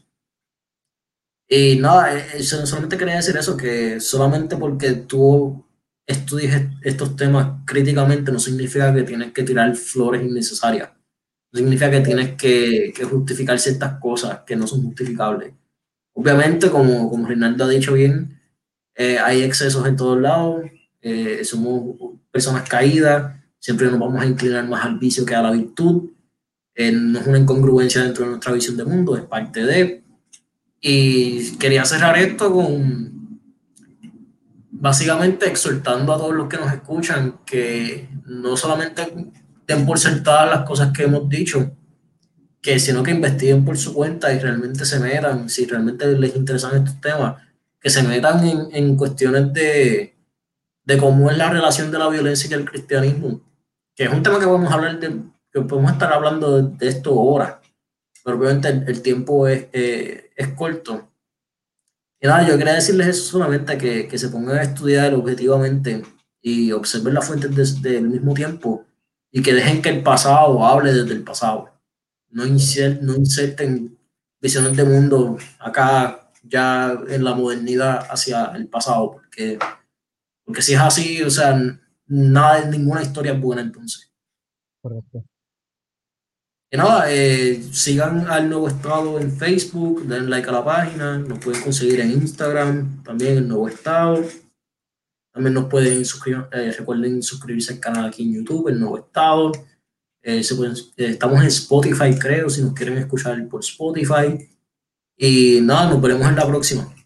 Y nada, eh, solamente quería decir eso, que solamente porque tú estudies estos temas críticamente no significa que tienes que tirar flores innecesarias. No significa que tienes que, que justificar ciertas cosas que no son justificables. Obviamente, como, como Rinaldo ha dicho bien, eh, hay excesos en todos lados, eh, somos personas caídas, siempre nos vamos a inclinar más al vicio que a la virtud, eh, no es una incongruencia dentro de nuestra visión de mundo, es parte de... Y quería cerrar esto con básicamente exhortando a todos los que nos escuchan que no solamente den por sentadas las cosas que hemos dicho, que sino que investiguen por su cuenta y realmente se metan, si realmente les interesan estos temas, que se metan en, en cuestiones de, de cómo es la relación de la violencia y el cristianismo, que es un tema que podemos hablar de, que podemos estar hablando de, de esto horas, pero obviamente el, el tiempo es, eh, es corto. Y nada, yo quería decirles eso solamente, que, que se pongan a estudiar objetivamente y observen las fuentes de- del mismo tiempo y que dejen que el pasado hable desde el pasado. No, inser, no inserten visiones de mundo acá ya en la modernidad hacia el pasado, porque, porque si es así, o sea, nada, ninguna historia es buena entonces. Correcto. Y nada, eh, sigan al Nuevo Estado en Facebook, den like a la página, nos pueden conseguir en Instagram, también el Nuevo Estado. También nos pueden suscribir, eh, recuerden suscribirse al canal aquí en YouTube, el Nuevo Estado. Eh, se pueden, eh, estamos en Spotify, creo, si nos quieren escuchar por Spotify. Y nada, nos veremos en la próxima.